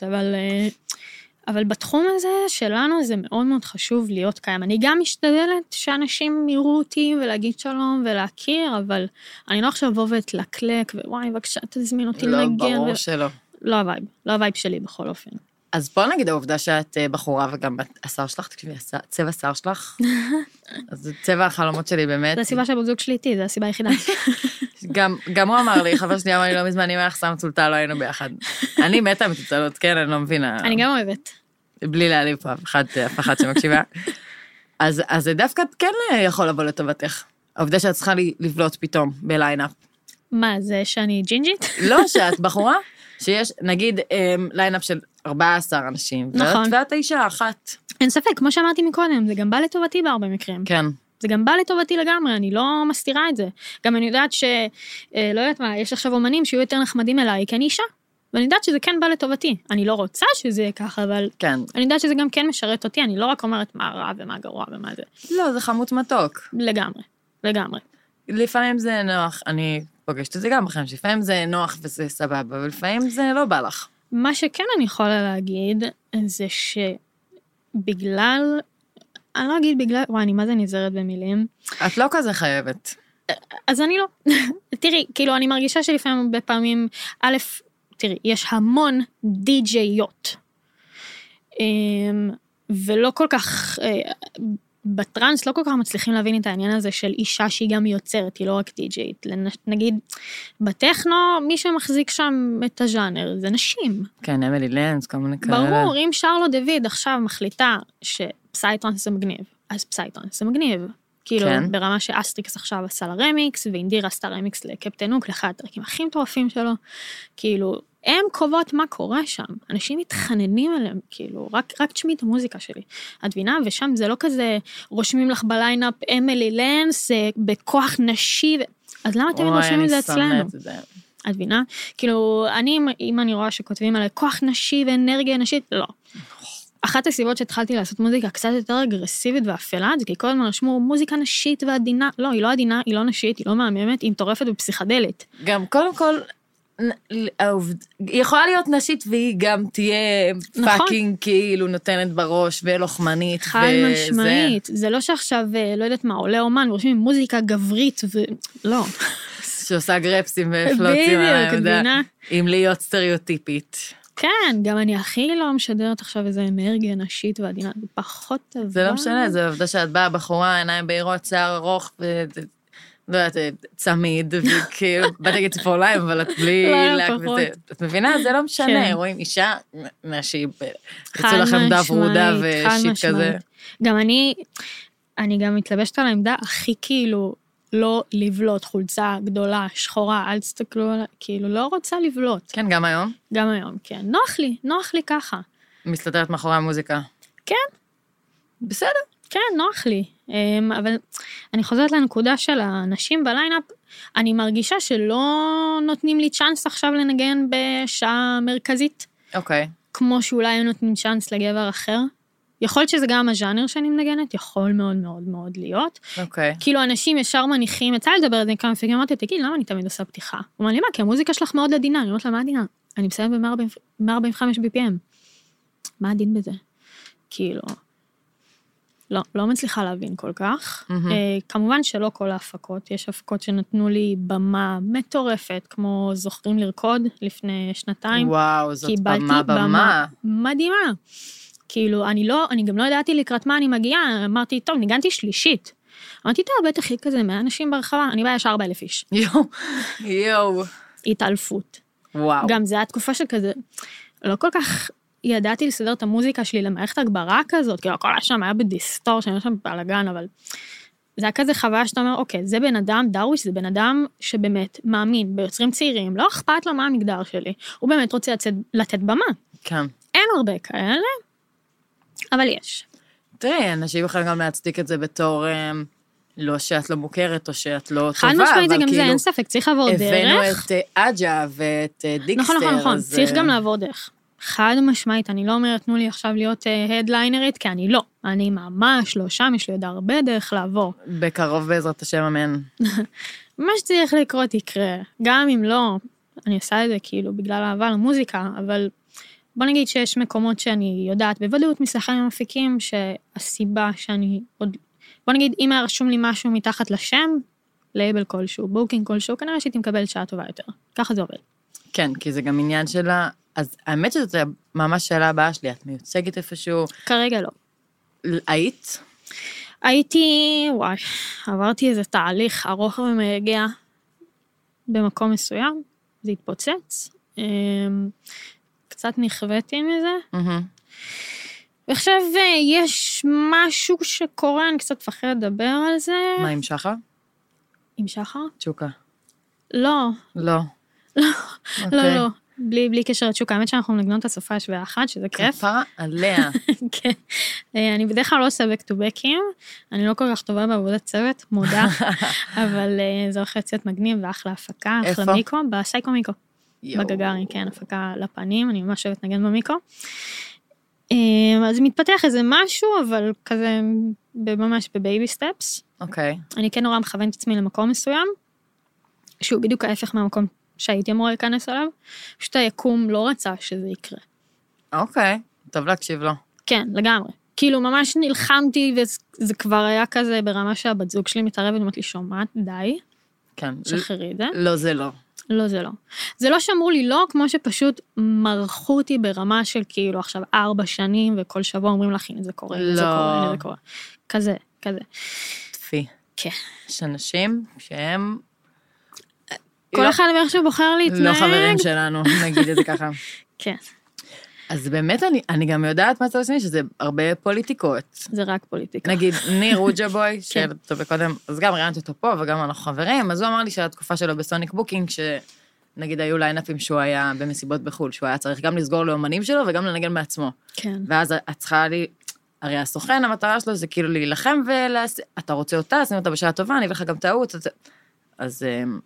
D: אבל בתחום הזה שלנו זה מאוד מאוד חשוב להיות קיים. אני גם משתדלת שאנשים יראו אותי ולהגיד שלום ולהכיר, אבל אני לא עכשיו אבוא ואתלקלק, ווואי, בבקשה, תזמין אותי לנגן.
A: לא, ברור שלא.
D: לא הווייב שלי בכל אופן.
A: אז בוא נגיד העובדה שאת בחורה וגם השיער שלך, תקשיבי, צבע השיער שלך, אז זה צבע החלומות שלי באמת.
D: זה הסיבה שהבת זוג שלי איתי, זה הסיבה היחידה.
A: גם הוא אמר לי, חבר שלי אמר לי לא מזמן, אם היה שם צולטה, לא היינו ביחד. אני מתה מצולטלות, כן, אני לא מבינה.
D: אני גם אוהבת.
A: בלי להעליב פה אף אחד שמקשיבה. אז זה דווקא כן יכול לבוא לטובתך. העובדה שאת צריכה לבלוט פתאום בליינאפ.
D: מה, זה שאני ג'ינג'ית?
A: לא, שאת בחורה, שיש נגיד ליינאפ של 14 אנשים.
D: נכון.
A: ואת האישה אחת.
D: אין ספק, כמו שאמרתי מקודם, זה גם בא לטובתי בהרבה מקרים.
A: כן.
D: זה גם בא לטובתי לגמרי, אני לא מסתירה את זה. גם אני יודעת לא יודעת מה, יש עכשיו אומנים שיהיו יותר נחמדים אליי, כי אני אישה. ואני יודעת שזה כן בא לטובתי. אני לא רוצה שזה יהיה ככה, אבל
A: כן.
D: אני יודעת שזה גם כן משרת אותי, אני לא רק אומרת מה רע ומה גרוע ומה זה.
A: לא, זה חמוץ מתוק.
D: לגמרי.
A: לפעמים זה נוח, אני פוגשת את זה גם בכם, שלפעמים זה נוח וזה סבבה, ולפעמים זה לא בא לך.
D: מה שכן אני יכולה להגיד, זה שבגלל, אני לא אגיד בגלל, וואי, אני מה זה נזרת במילים.
A: את לא כזה חייבת.
D: אז אני לא. תראי, כאילו, אני מרגישה שלפעמים הרבה פעמים, תראי, יש המון די-ג'יות, ולא כל כך, בטרנס לא כל כך מצליחים להבין את העניין הזה של אישה שהיא גם יוצרת, היא לא רק די-ג'ית. נגיד, בטכנו, מי שמחזיק שם את הז'אנר, זה נשים.
A: כן, אמילי לנס, כל מיני כאלה.
D: ברור, אם שרלו דוד עכשיו מחליטה שפסייטרנס זה מגניב, אז פסייטרנס זה מגניב. כאילו,
A: כן.
D: ברמה שאסטריקס עכשיו עשה לרמיקס, ואינדירה עשתה רמיקס לקפטן הוק, לאחד הטרקים הכי מטורפים שלו. כאילו, הם קובעות מה קורה שם. אנשים מתחננים עליהם, כאילו, רק תשמעי את המוזיקה שלי. את מבינה? ושם זה לא כזה, רושמים לך בליינאפ אמילי לנס, בכוח נשי, אז למה אתם רושמים את זה אצלנו? את מבינה? כאילו, אם אני רואה שכותבים עליי כוח נשי ואנרגיה נשית, לא. אחת הסיבות שהתחלתי לעשות מוזיקה קצת יותר אגרסיבית ואפלה, זה כי כל הזמן רשמו מוזיקה נשית ועדינה, לא, היא לא עדינה, היא לא נשית, היא לא מהממת, היא מטורפת ופסיכדלית.
A: גם קודם כל, היא יכולה להיות נשית והיא גם תהיה פאקינג כאילו נותנת בראש ולוחמנית.
D: חד משמעית, זה לא שעכשיו, לא יודעת מה, עולה אומן, ורושמים מוזיקה גברית ולא.
A: שעושה גרפסים ופלוצים על העמדה, עם להיות סטריאוטיפית.
D: כן, גם אני הכי לא משדרת עכשיו איזו אנרגיה נשית ועדינה, זה פחות טובה.
A: זה לא משנה, זה עובדה שאת באה בחורה, עיניים בהירות, שיער ארוך, לא יודעת, צמיד, וכאילו, באתי להגיד ציפורליים, אבל את בלי לק וזה. את מבינה? זה לא משנה, רואים אישה, נשי, יצאו לכם דף רודה ושיט כזה.
D: גם אני גם מתלבשת על העמדה הכי כאילו, לא לבלוט, חולצה גדולה, שחורה, אל תסתכלו, כאילו לא רוצה לבלוט.
A: כן, גם היום?
D: גם היום, כן. נוח לי ככה.
A: מסתתרת מאחורי המוזיקה.
D: כן.
A: בסדר.
D: כן, נוח לי. אבל אני חוזרת לנקודה של האנשים בליינאפ, אני מרגישה שלא נותנים לי צ'אנס עכשיו לנגן בשעה מרכזית.
A: אוקיי.
D: כמו שאולי נותנים צ'אנס לגבר אחר. יכול להיות שזה גם הז'אנר שאני מנגנת, יכול מאוד מאוד מאוד להיות.
A: אוקיי.
D: כאילו אנשים ישר מניחים, יצא לדבר את זה כמה פעמים, אמרתי, תגיד, למה אני תמיד עושה פתיחה? הוא אומר לי, מה? כי המוזיקה שלך מאוד עדינה, אני אומרת לה, מה עדינה? אני מסיים ב-145 BPM. מה הדין בזה? כאילו, לא מצליחה להבין כל כך. כמובן שלא כל ההפקות, יש הפקות שנתנו לי במה מטורפת, כמו זוכרים לרקוד לפני שנתיים.
A: וואו, זאת במה.
D: מדהימה. כאילו, אני גם לא ידעתי לקראת מה אני מגיעה, אמרתי, טוב, ניגנתי שלישית. אמרתי, טוב, בטח יהיה כזה 100 אנשים ברחבה, אני באה ישר 4,000 איש.
A: יואו.
D: התעלפות.
A: וואו.
D: גם זה היה תקופה של כזה, לא כל כך ידעתי לסדר את המוזיקה שלי למערכת הגברה כזאת, כאילו, הכל שם היה בדיסטור, שאני שם בלגן, אבל זה היה כזה חוויה שאתה אומר, אוקיי, זה בן אדם, דרוויש, זה בן אדם שבאמת מאמין ביוצרים צעירים, לא אכפת לו מה המגדר שלי, הוא באמת רוצה לתת במה.
A: כן.
D: אין הרבה כאלה, אבל יש.
A: תראי, אנשים יכולים גם להצדיק את זה בתור, לא שאת לא מוכרת, או שאת לא טובה,
D: חד משמעית זה גם זה, אין ספק, צריך לעבור דרך.
A: הבאנו את אג'ה ואת דיקסטר.
D: נכון, צריך גם לעבור דרך. חד משמעית, אני לא אומרת, תנו לי עכשיו להיות הדליינרית, כי אני לא. אני ממש לא שם, יש לי עוד הרבה דרך לעבור.
A: בקרוב בעזרת השם, אמן.
D: מה שצריך לקרות יקרה, גם אם לא, אני עושה את זה כאילו בגלל אהבה למוזיקה, אבל בוא נגיד שיש מקומות שאני יודעת בוודאות מסחר עם המפיקים, שהסיבה שאני עוד, בוא נגיד, אם היה רשום לי משהו מתחת לשם, לייבל כלשהו, בוקינג כלשהו, כנראה שהייתי מקבלת שעה טובה יותר. ככה זה עובד.
A: כן, כי זה גם עניין שלה, אז האמת שזאת ממש שאלה הבאה שלי, את מיוצגת איפשהו?
D: כרגע לא.
A: היית?
D: הייתי, וואי, עברתי איזה תהליך ארוך ומייגע במקום מסוים, זה התפוצץ, קצת נכוויתי מזה, ועכשיו יש משהו שקורה, אני קצת מפחד לדבר על זה.
A: מה, עם שחר?
D: עם שחר?
A: צ'וקה.
D: לא.
A: לא.
D: לא. בלי קשר לצ'וקה, האמת שאנחנו מנגנות את הסופש באחד, שזה כיף.
A: כפרה עליה.
D: כן. אני בדרך כלל לא עושה back to back'ים, אני לא כל כך טובה בעבודת צוות, מודה, אבל זה הולך לצאת מגניב ואחלה הפקה, אחלה מיקרו, בסייקו מיקרו. בגגרי, כן, הפקה לפנים, אני ממש אוהבת נגן במיקרו. אז מתפתח איזה משהו, אבל כזה ממש בבייבי סטפס.
A: אוקיי.
D: אני כן נורא מכוון את עצמי למקום מסוים, שהוא בדיוק ההפך מהמקום שהייתי אמורה להיכנס עליו, פשוט היקום לא רצה שזה יקרה.
A: אוקיי, טוב להקשיב לו.
D: כן, לגמרי. כאילו ממש נלחמתי, וזה כבר היה כזה ברמה שהבת זוג שלי מתערבת, ואומרת לי, שומעת, די.
A: כן.
D: שחררי את זה.
A: לא, זה לא.
D: לא, זה לא. זה לא שאמרו לי לא, כמו שפשוט מרחו אותי ברמה של כאילו עכשיו 4 שנים, וכל שבוע אומרים לך, הנה זה קורה, הנה זה קורה, הנה זה קורה. כזה.
A: תפי.
D: כן.
A: יש אנשים שהם
D: כל אחד איך שבוחר להתנהג.
A: לא חברים שלנו, נגיד את זה ככה.
D: כן.
A: אז באמת אני גם יודעת מה זה עושה, שזה הרבה פוליטיקות.
D: זה רק פוליטיקה.
A: נגיד, ניר רוג'בוי, שאתה בקודם, אז גם ראיינתי אותו פה, וגם אנחנו חברים, אז הוא אמר לי שהתקופה שלו בסוניק בוקינג, שנגיד היו ליינאפים שהוא היה במסיבות בחול, שהוא היה צריך גם לסגור לאומנים שלו, וגם לנגן בעצמו.
D: כן.
A: ואז את צריכה לי, הרי הסוכן, המטרה שלו זה כאילו להילחם, אתה רוצה אותה, שים אותה בשעה טובה, אני אביא לך גם טעות, אז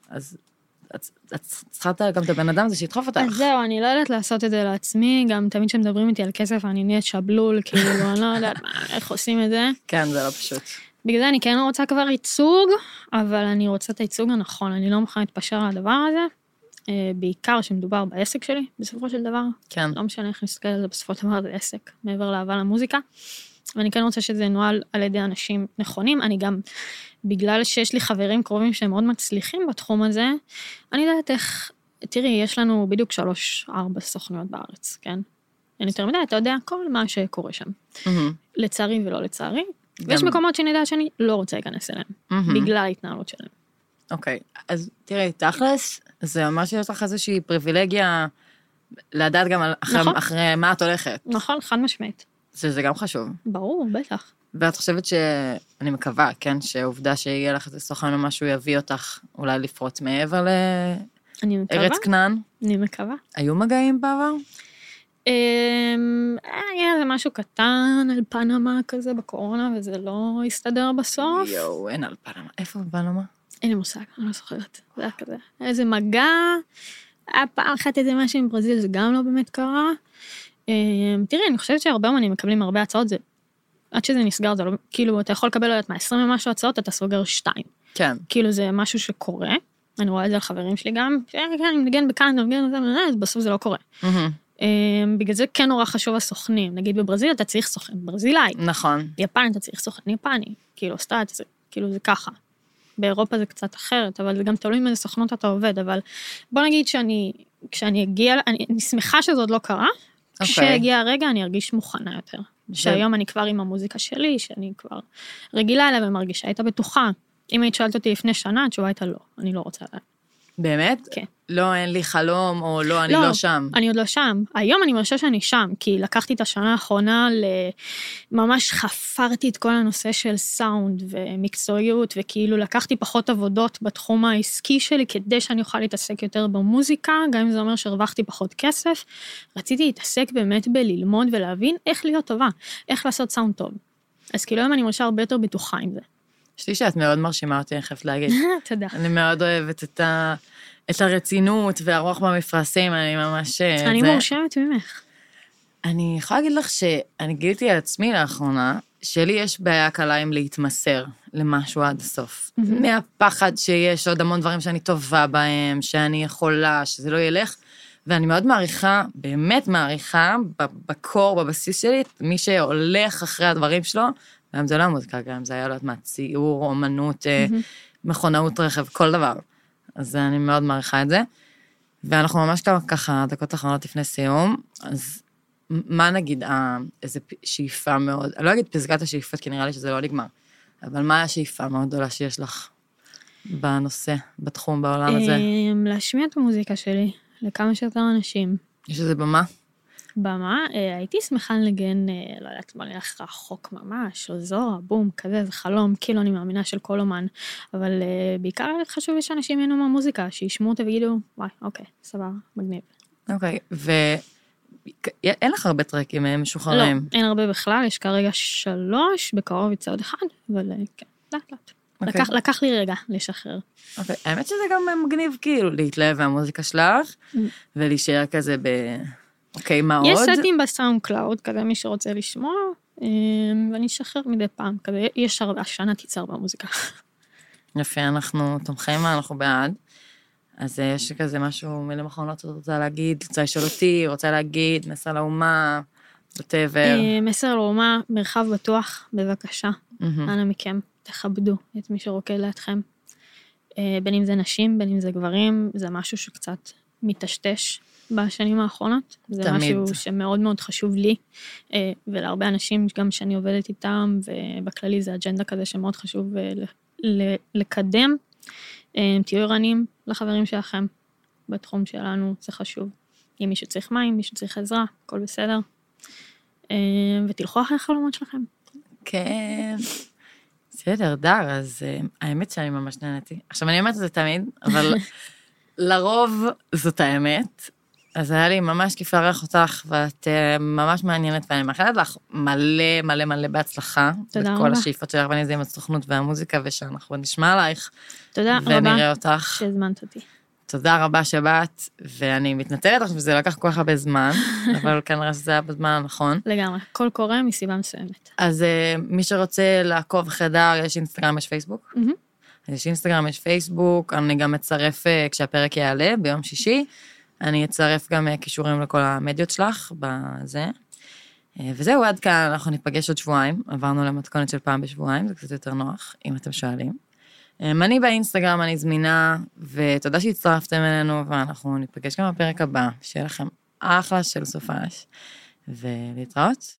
A: את צריכה גם את הבן אדם הזה שידחוף אותך.
D: אז זהו, אני לא יודעת לעשות את זה לעצמי, גם תמיד שמדברים איתי על כסף, אני נהיית שבלול, כאילו, אני לא יודעת איך עושים את זה.
A: כן, זה לא פשוט.
D: בגלל זה אני כן רוצה כבר ייצוג, אבל אני רוצה את הייצוג הנכון, אני לא מוכנה להתפשר על הדבר הזה, בעיקר שמדובר בעסק שלי, בסופו של דבר.
A: כן.
D: לא משנה איך נסתכל על זה, בסופו של דבר זה עסק, מעבר לאהבה למוזיקה, ואני כן רוצה שזה ינוהל על ידי אנשים נכונים, אני גם, בגלל שיש לי חברים קרובים שהם מאוד מצליחים בתחום הזה, אני יודעת איך, תראי, יש לנו בדיוק 3-4 סוכנויות בארץ, כן? אין יותר מדי, אתה יודע כל מה שקורה שם. לצערי ולא לצערי, ויש מקומות שאני יודעת שאני לא רוצה להיכנס אליהם, בגלל ההתנהלות שלהם.
A: אוקיי, אז תראי, תכלס, זה ממש יש לך איזושהי פריבילגיה, לדעת גם אחרי מה את הולכת.
D: נכון, חד משמעית.
A: זה גם חשוב.
D: ברור, בטח.
A: ואת חושבת שאני מקווה, כן, שהעובדה שיהיה לך איזה סוכן או משהו יביא אותך אולי לפרוץ מעבר לארץ כנען?
D: אני מקווה.
A: היו מגעים בעבר?
D: היה איזה משהו קטן על פנמה כזה בקורונה, וזה לא הסתדר בסוף.
A: יואו, אין על פנמה. איפה פנמה?
D: אין לי מושג, אני לא זוכרת. זה היה כזה. היה איזה מגע, היה פעם אחת איזה משהו עם ברזיל, זה גם לא באמת קרה. תראי, אני חושבת שהרבה אומנים מקבלים הרבה הצעות, זה, עד שזה נסגר, זה לא, כאילו, אתה יכול לקבל, לא יודעת מה, 20 ומשהו הצעות, אתה סוגר 2.
A: כן.
D: כאילו, זה משהו שקורה. אני רואה את זה על חברים שלי גם, אני מנגן בקנדה, אז בסוף זה לא קורה. בגלל זה כן נורא חשוב הסוכנים. נגיד בברזיל אתה צריך סוכן ברזילאי.
A: נכון.
D: ביפן אתה צריך סוכן יפני. כאילו, אוסטרליה, כאילו זה ככה. באירופה זה קצת אחרת, אבל זה גם תלוי מאיזה סוכנות אתה עובד, אבל בוא נגיד כשאני אגיע, אני שמחה שזה עוד לא קרה, כשהגיע הרגע אני ארגיש מוכנה יותר. שהיום אני כבר עם המוזיקה שלי, שאני כבר רגילה אליה ומרגישה, הייתה בטוחה. אם היית שואלת אותי לפני שנה, התשובה הייתה לא, אני לא רוצה לדעת.
A: באמת?
D: כן.
A: לא, אין לי חלום, או לא, אני לא שם.
D: אני עוד לא שם. היום אני מרשה שאני שם, כי לקחתי את השנה האחרונה ממש חפרתי את כל הנושא של סאונד ומקצועיות, וכאילו לקחתי פחות עבודות בתחום העסקי שלי, כדי שאני אוכל להתעסק יותר במוזיקה, גם אם זה אומר שהרווחתי פחות כסף. רציתי להתעסק באמת בללמוד ולהבין איך להיות טובה, איך לעשות סאונד טוב. אז כאילו היום אני מרשה הרבה יותר בטוחה עם זה.
A: יש לי שאת מאוד מרשימה אותי, אני חייבת להגיד.
D: תודה.
A: אני מאוד אוהבת את הרצינות והרוח במפרשים, אני ממש...
D: אני מורשמת ממך.
A: אני יכולה להגיד לך שאני גיליתי על עצמי לאחרונה, שלי יש בעיה קלה עם להתמסר למשהו עד הסוף. מהפחד שיש עוד המון דברים שאני טובה בהם, שאני יכולה, שזה לא ילך, ואני מאוד מעריכה, באמת מעריכה, בקור, בבסיס שלי, מי שהולך אחרי הדברים שלו, גם זה לא המוזיקה, גם זה היה לו מהציור, אומנות, מכונאות רכב, כל דבר. אז אני מאוד מעריכה את זה. ואנחנו ממש ככה, דקות אחרונות לפני סיום, אז מה נגיד, איזו שאיפה מאוד, אני לא אגיד פסגת השאיפות, כי נראה לי שזה לא נגמר, אבל מה השאיפה מאוד גדולה שיש לך בנושא, בתחום, בעולם הזה?
D: להשמיע את המוזיקה שלי, לכמה שיותר אנשים.
A: יש איזה במה?
D: במה, הייתי שמחה לנגן, לא יודעת, מה נלך רחוק ממש, או זו, בום, כזה, זה חלום, כאילו אני מאמינה של כל אומן, אבל בעיקר חשוב לי שאנשים ייהנו מהמוזיקה, שישמעו אותה ויגידו, וואי, אוקיי, סבבה, מגניב.
A: אוקיי, ואין לך הרבה טרקים משוחררים?
D: לא, אין הרבה בכלל, יש כרגע 3, בקרוב יצא עוד 1, אבל כן, לאט. לקח לי רגע לשחרר.
A: אוקיי, האמת שזה גם מגניב כאילו, להתלהב מהמוזיקה שלך, ולהישאר כזה אוקיי, מה עוד?
D: יש סטים בסאונד קלאוד, כזה מי שרוצה לשמוע, ואני אשחרר מדי פעם, כזה יש השנה תיצר במוזיקה.
A: יפה, אנחנו תומכים, אנחנו בעד. אז יש כזה משהו מילים אחרונות, רוצה להגיד, רוצה לשאול אותי, רוצה להגיד, מסר לאומה, whatever.
D: מסר לאומה, מרחב בטוח, בבקשה. אנא מכם, תכבדו את מי שרוקד לידכם. בין אם זה נשים, בין אם זה גברים, זה משהו שקצת מטשטש בשנים האחרונות. זה תמיד. משהו שמאוד מאוד חשוב לי, ולהרבה אנשים גם שאני עובדת איתם, ובכללי זה אג'נדה כזה שמאוד חשוב לקדם. תהיו ערניים לחברים שלכם, בתחום שלנו זה חשוב. אם מישהו צריך מים, מישהו צריך עזרה, הכל בסדר. ותלכו אחרי החלומות שלכם.
A: כן. בסדר, דר, אז האמת שאני ממש נהנתי. עכשיו, אני אומרת את זה תמיד, אבל לרוב זאת האמת. אז היה לי ממש כיף לארח אותך, ואת ממש מעניינת, ואני מאחלת לך מלא מלא מלא בהצלחה.
D: תודה רבה.
A: בכל השאיפות שלך, ואני זה עם הסוכנות והמוזיקה, ושאנחנו נשמע עלייך.
D: תודה רבה.
A: ונראה אותך.
D: שהזמנת אותי.
A: תודה רבה שבאת, ואני מתנצלת לך, וזה לקח כל כך הרבה זמן, אבל כנראה שזה היה בזמן הנכון.
D: לגמרי, כל קורה מסיבה מסוימת.
A: אז מי שרוצה לעקוב אחרי דר, יש אינסטגרם, יש פייסבוק? יש אינסטגרם, יש פייסבוק, אני גם אצרף כשהפרק יעלה ביום שישי, אני אצרף גם קישורים לכל המדיות שלך בזה. וזהו, עד כאן, אנחנו ניפגש עוד שבועיים, עברנו למתכונת של פעם בשבועיים, זה קצת יותר נוח, אם אתם שואלים. אני באינסטגרם, אני זמינה, ותודה שהצטרפתם אלינו, ואנחנו ניפגש גם בפרק הבא, שיהיה לכם אחלה של סופש, ולהתראות.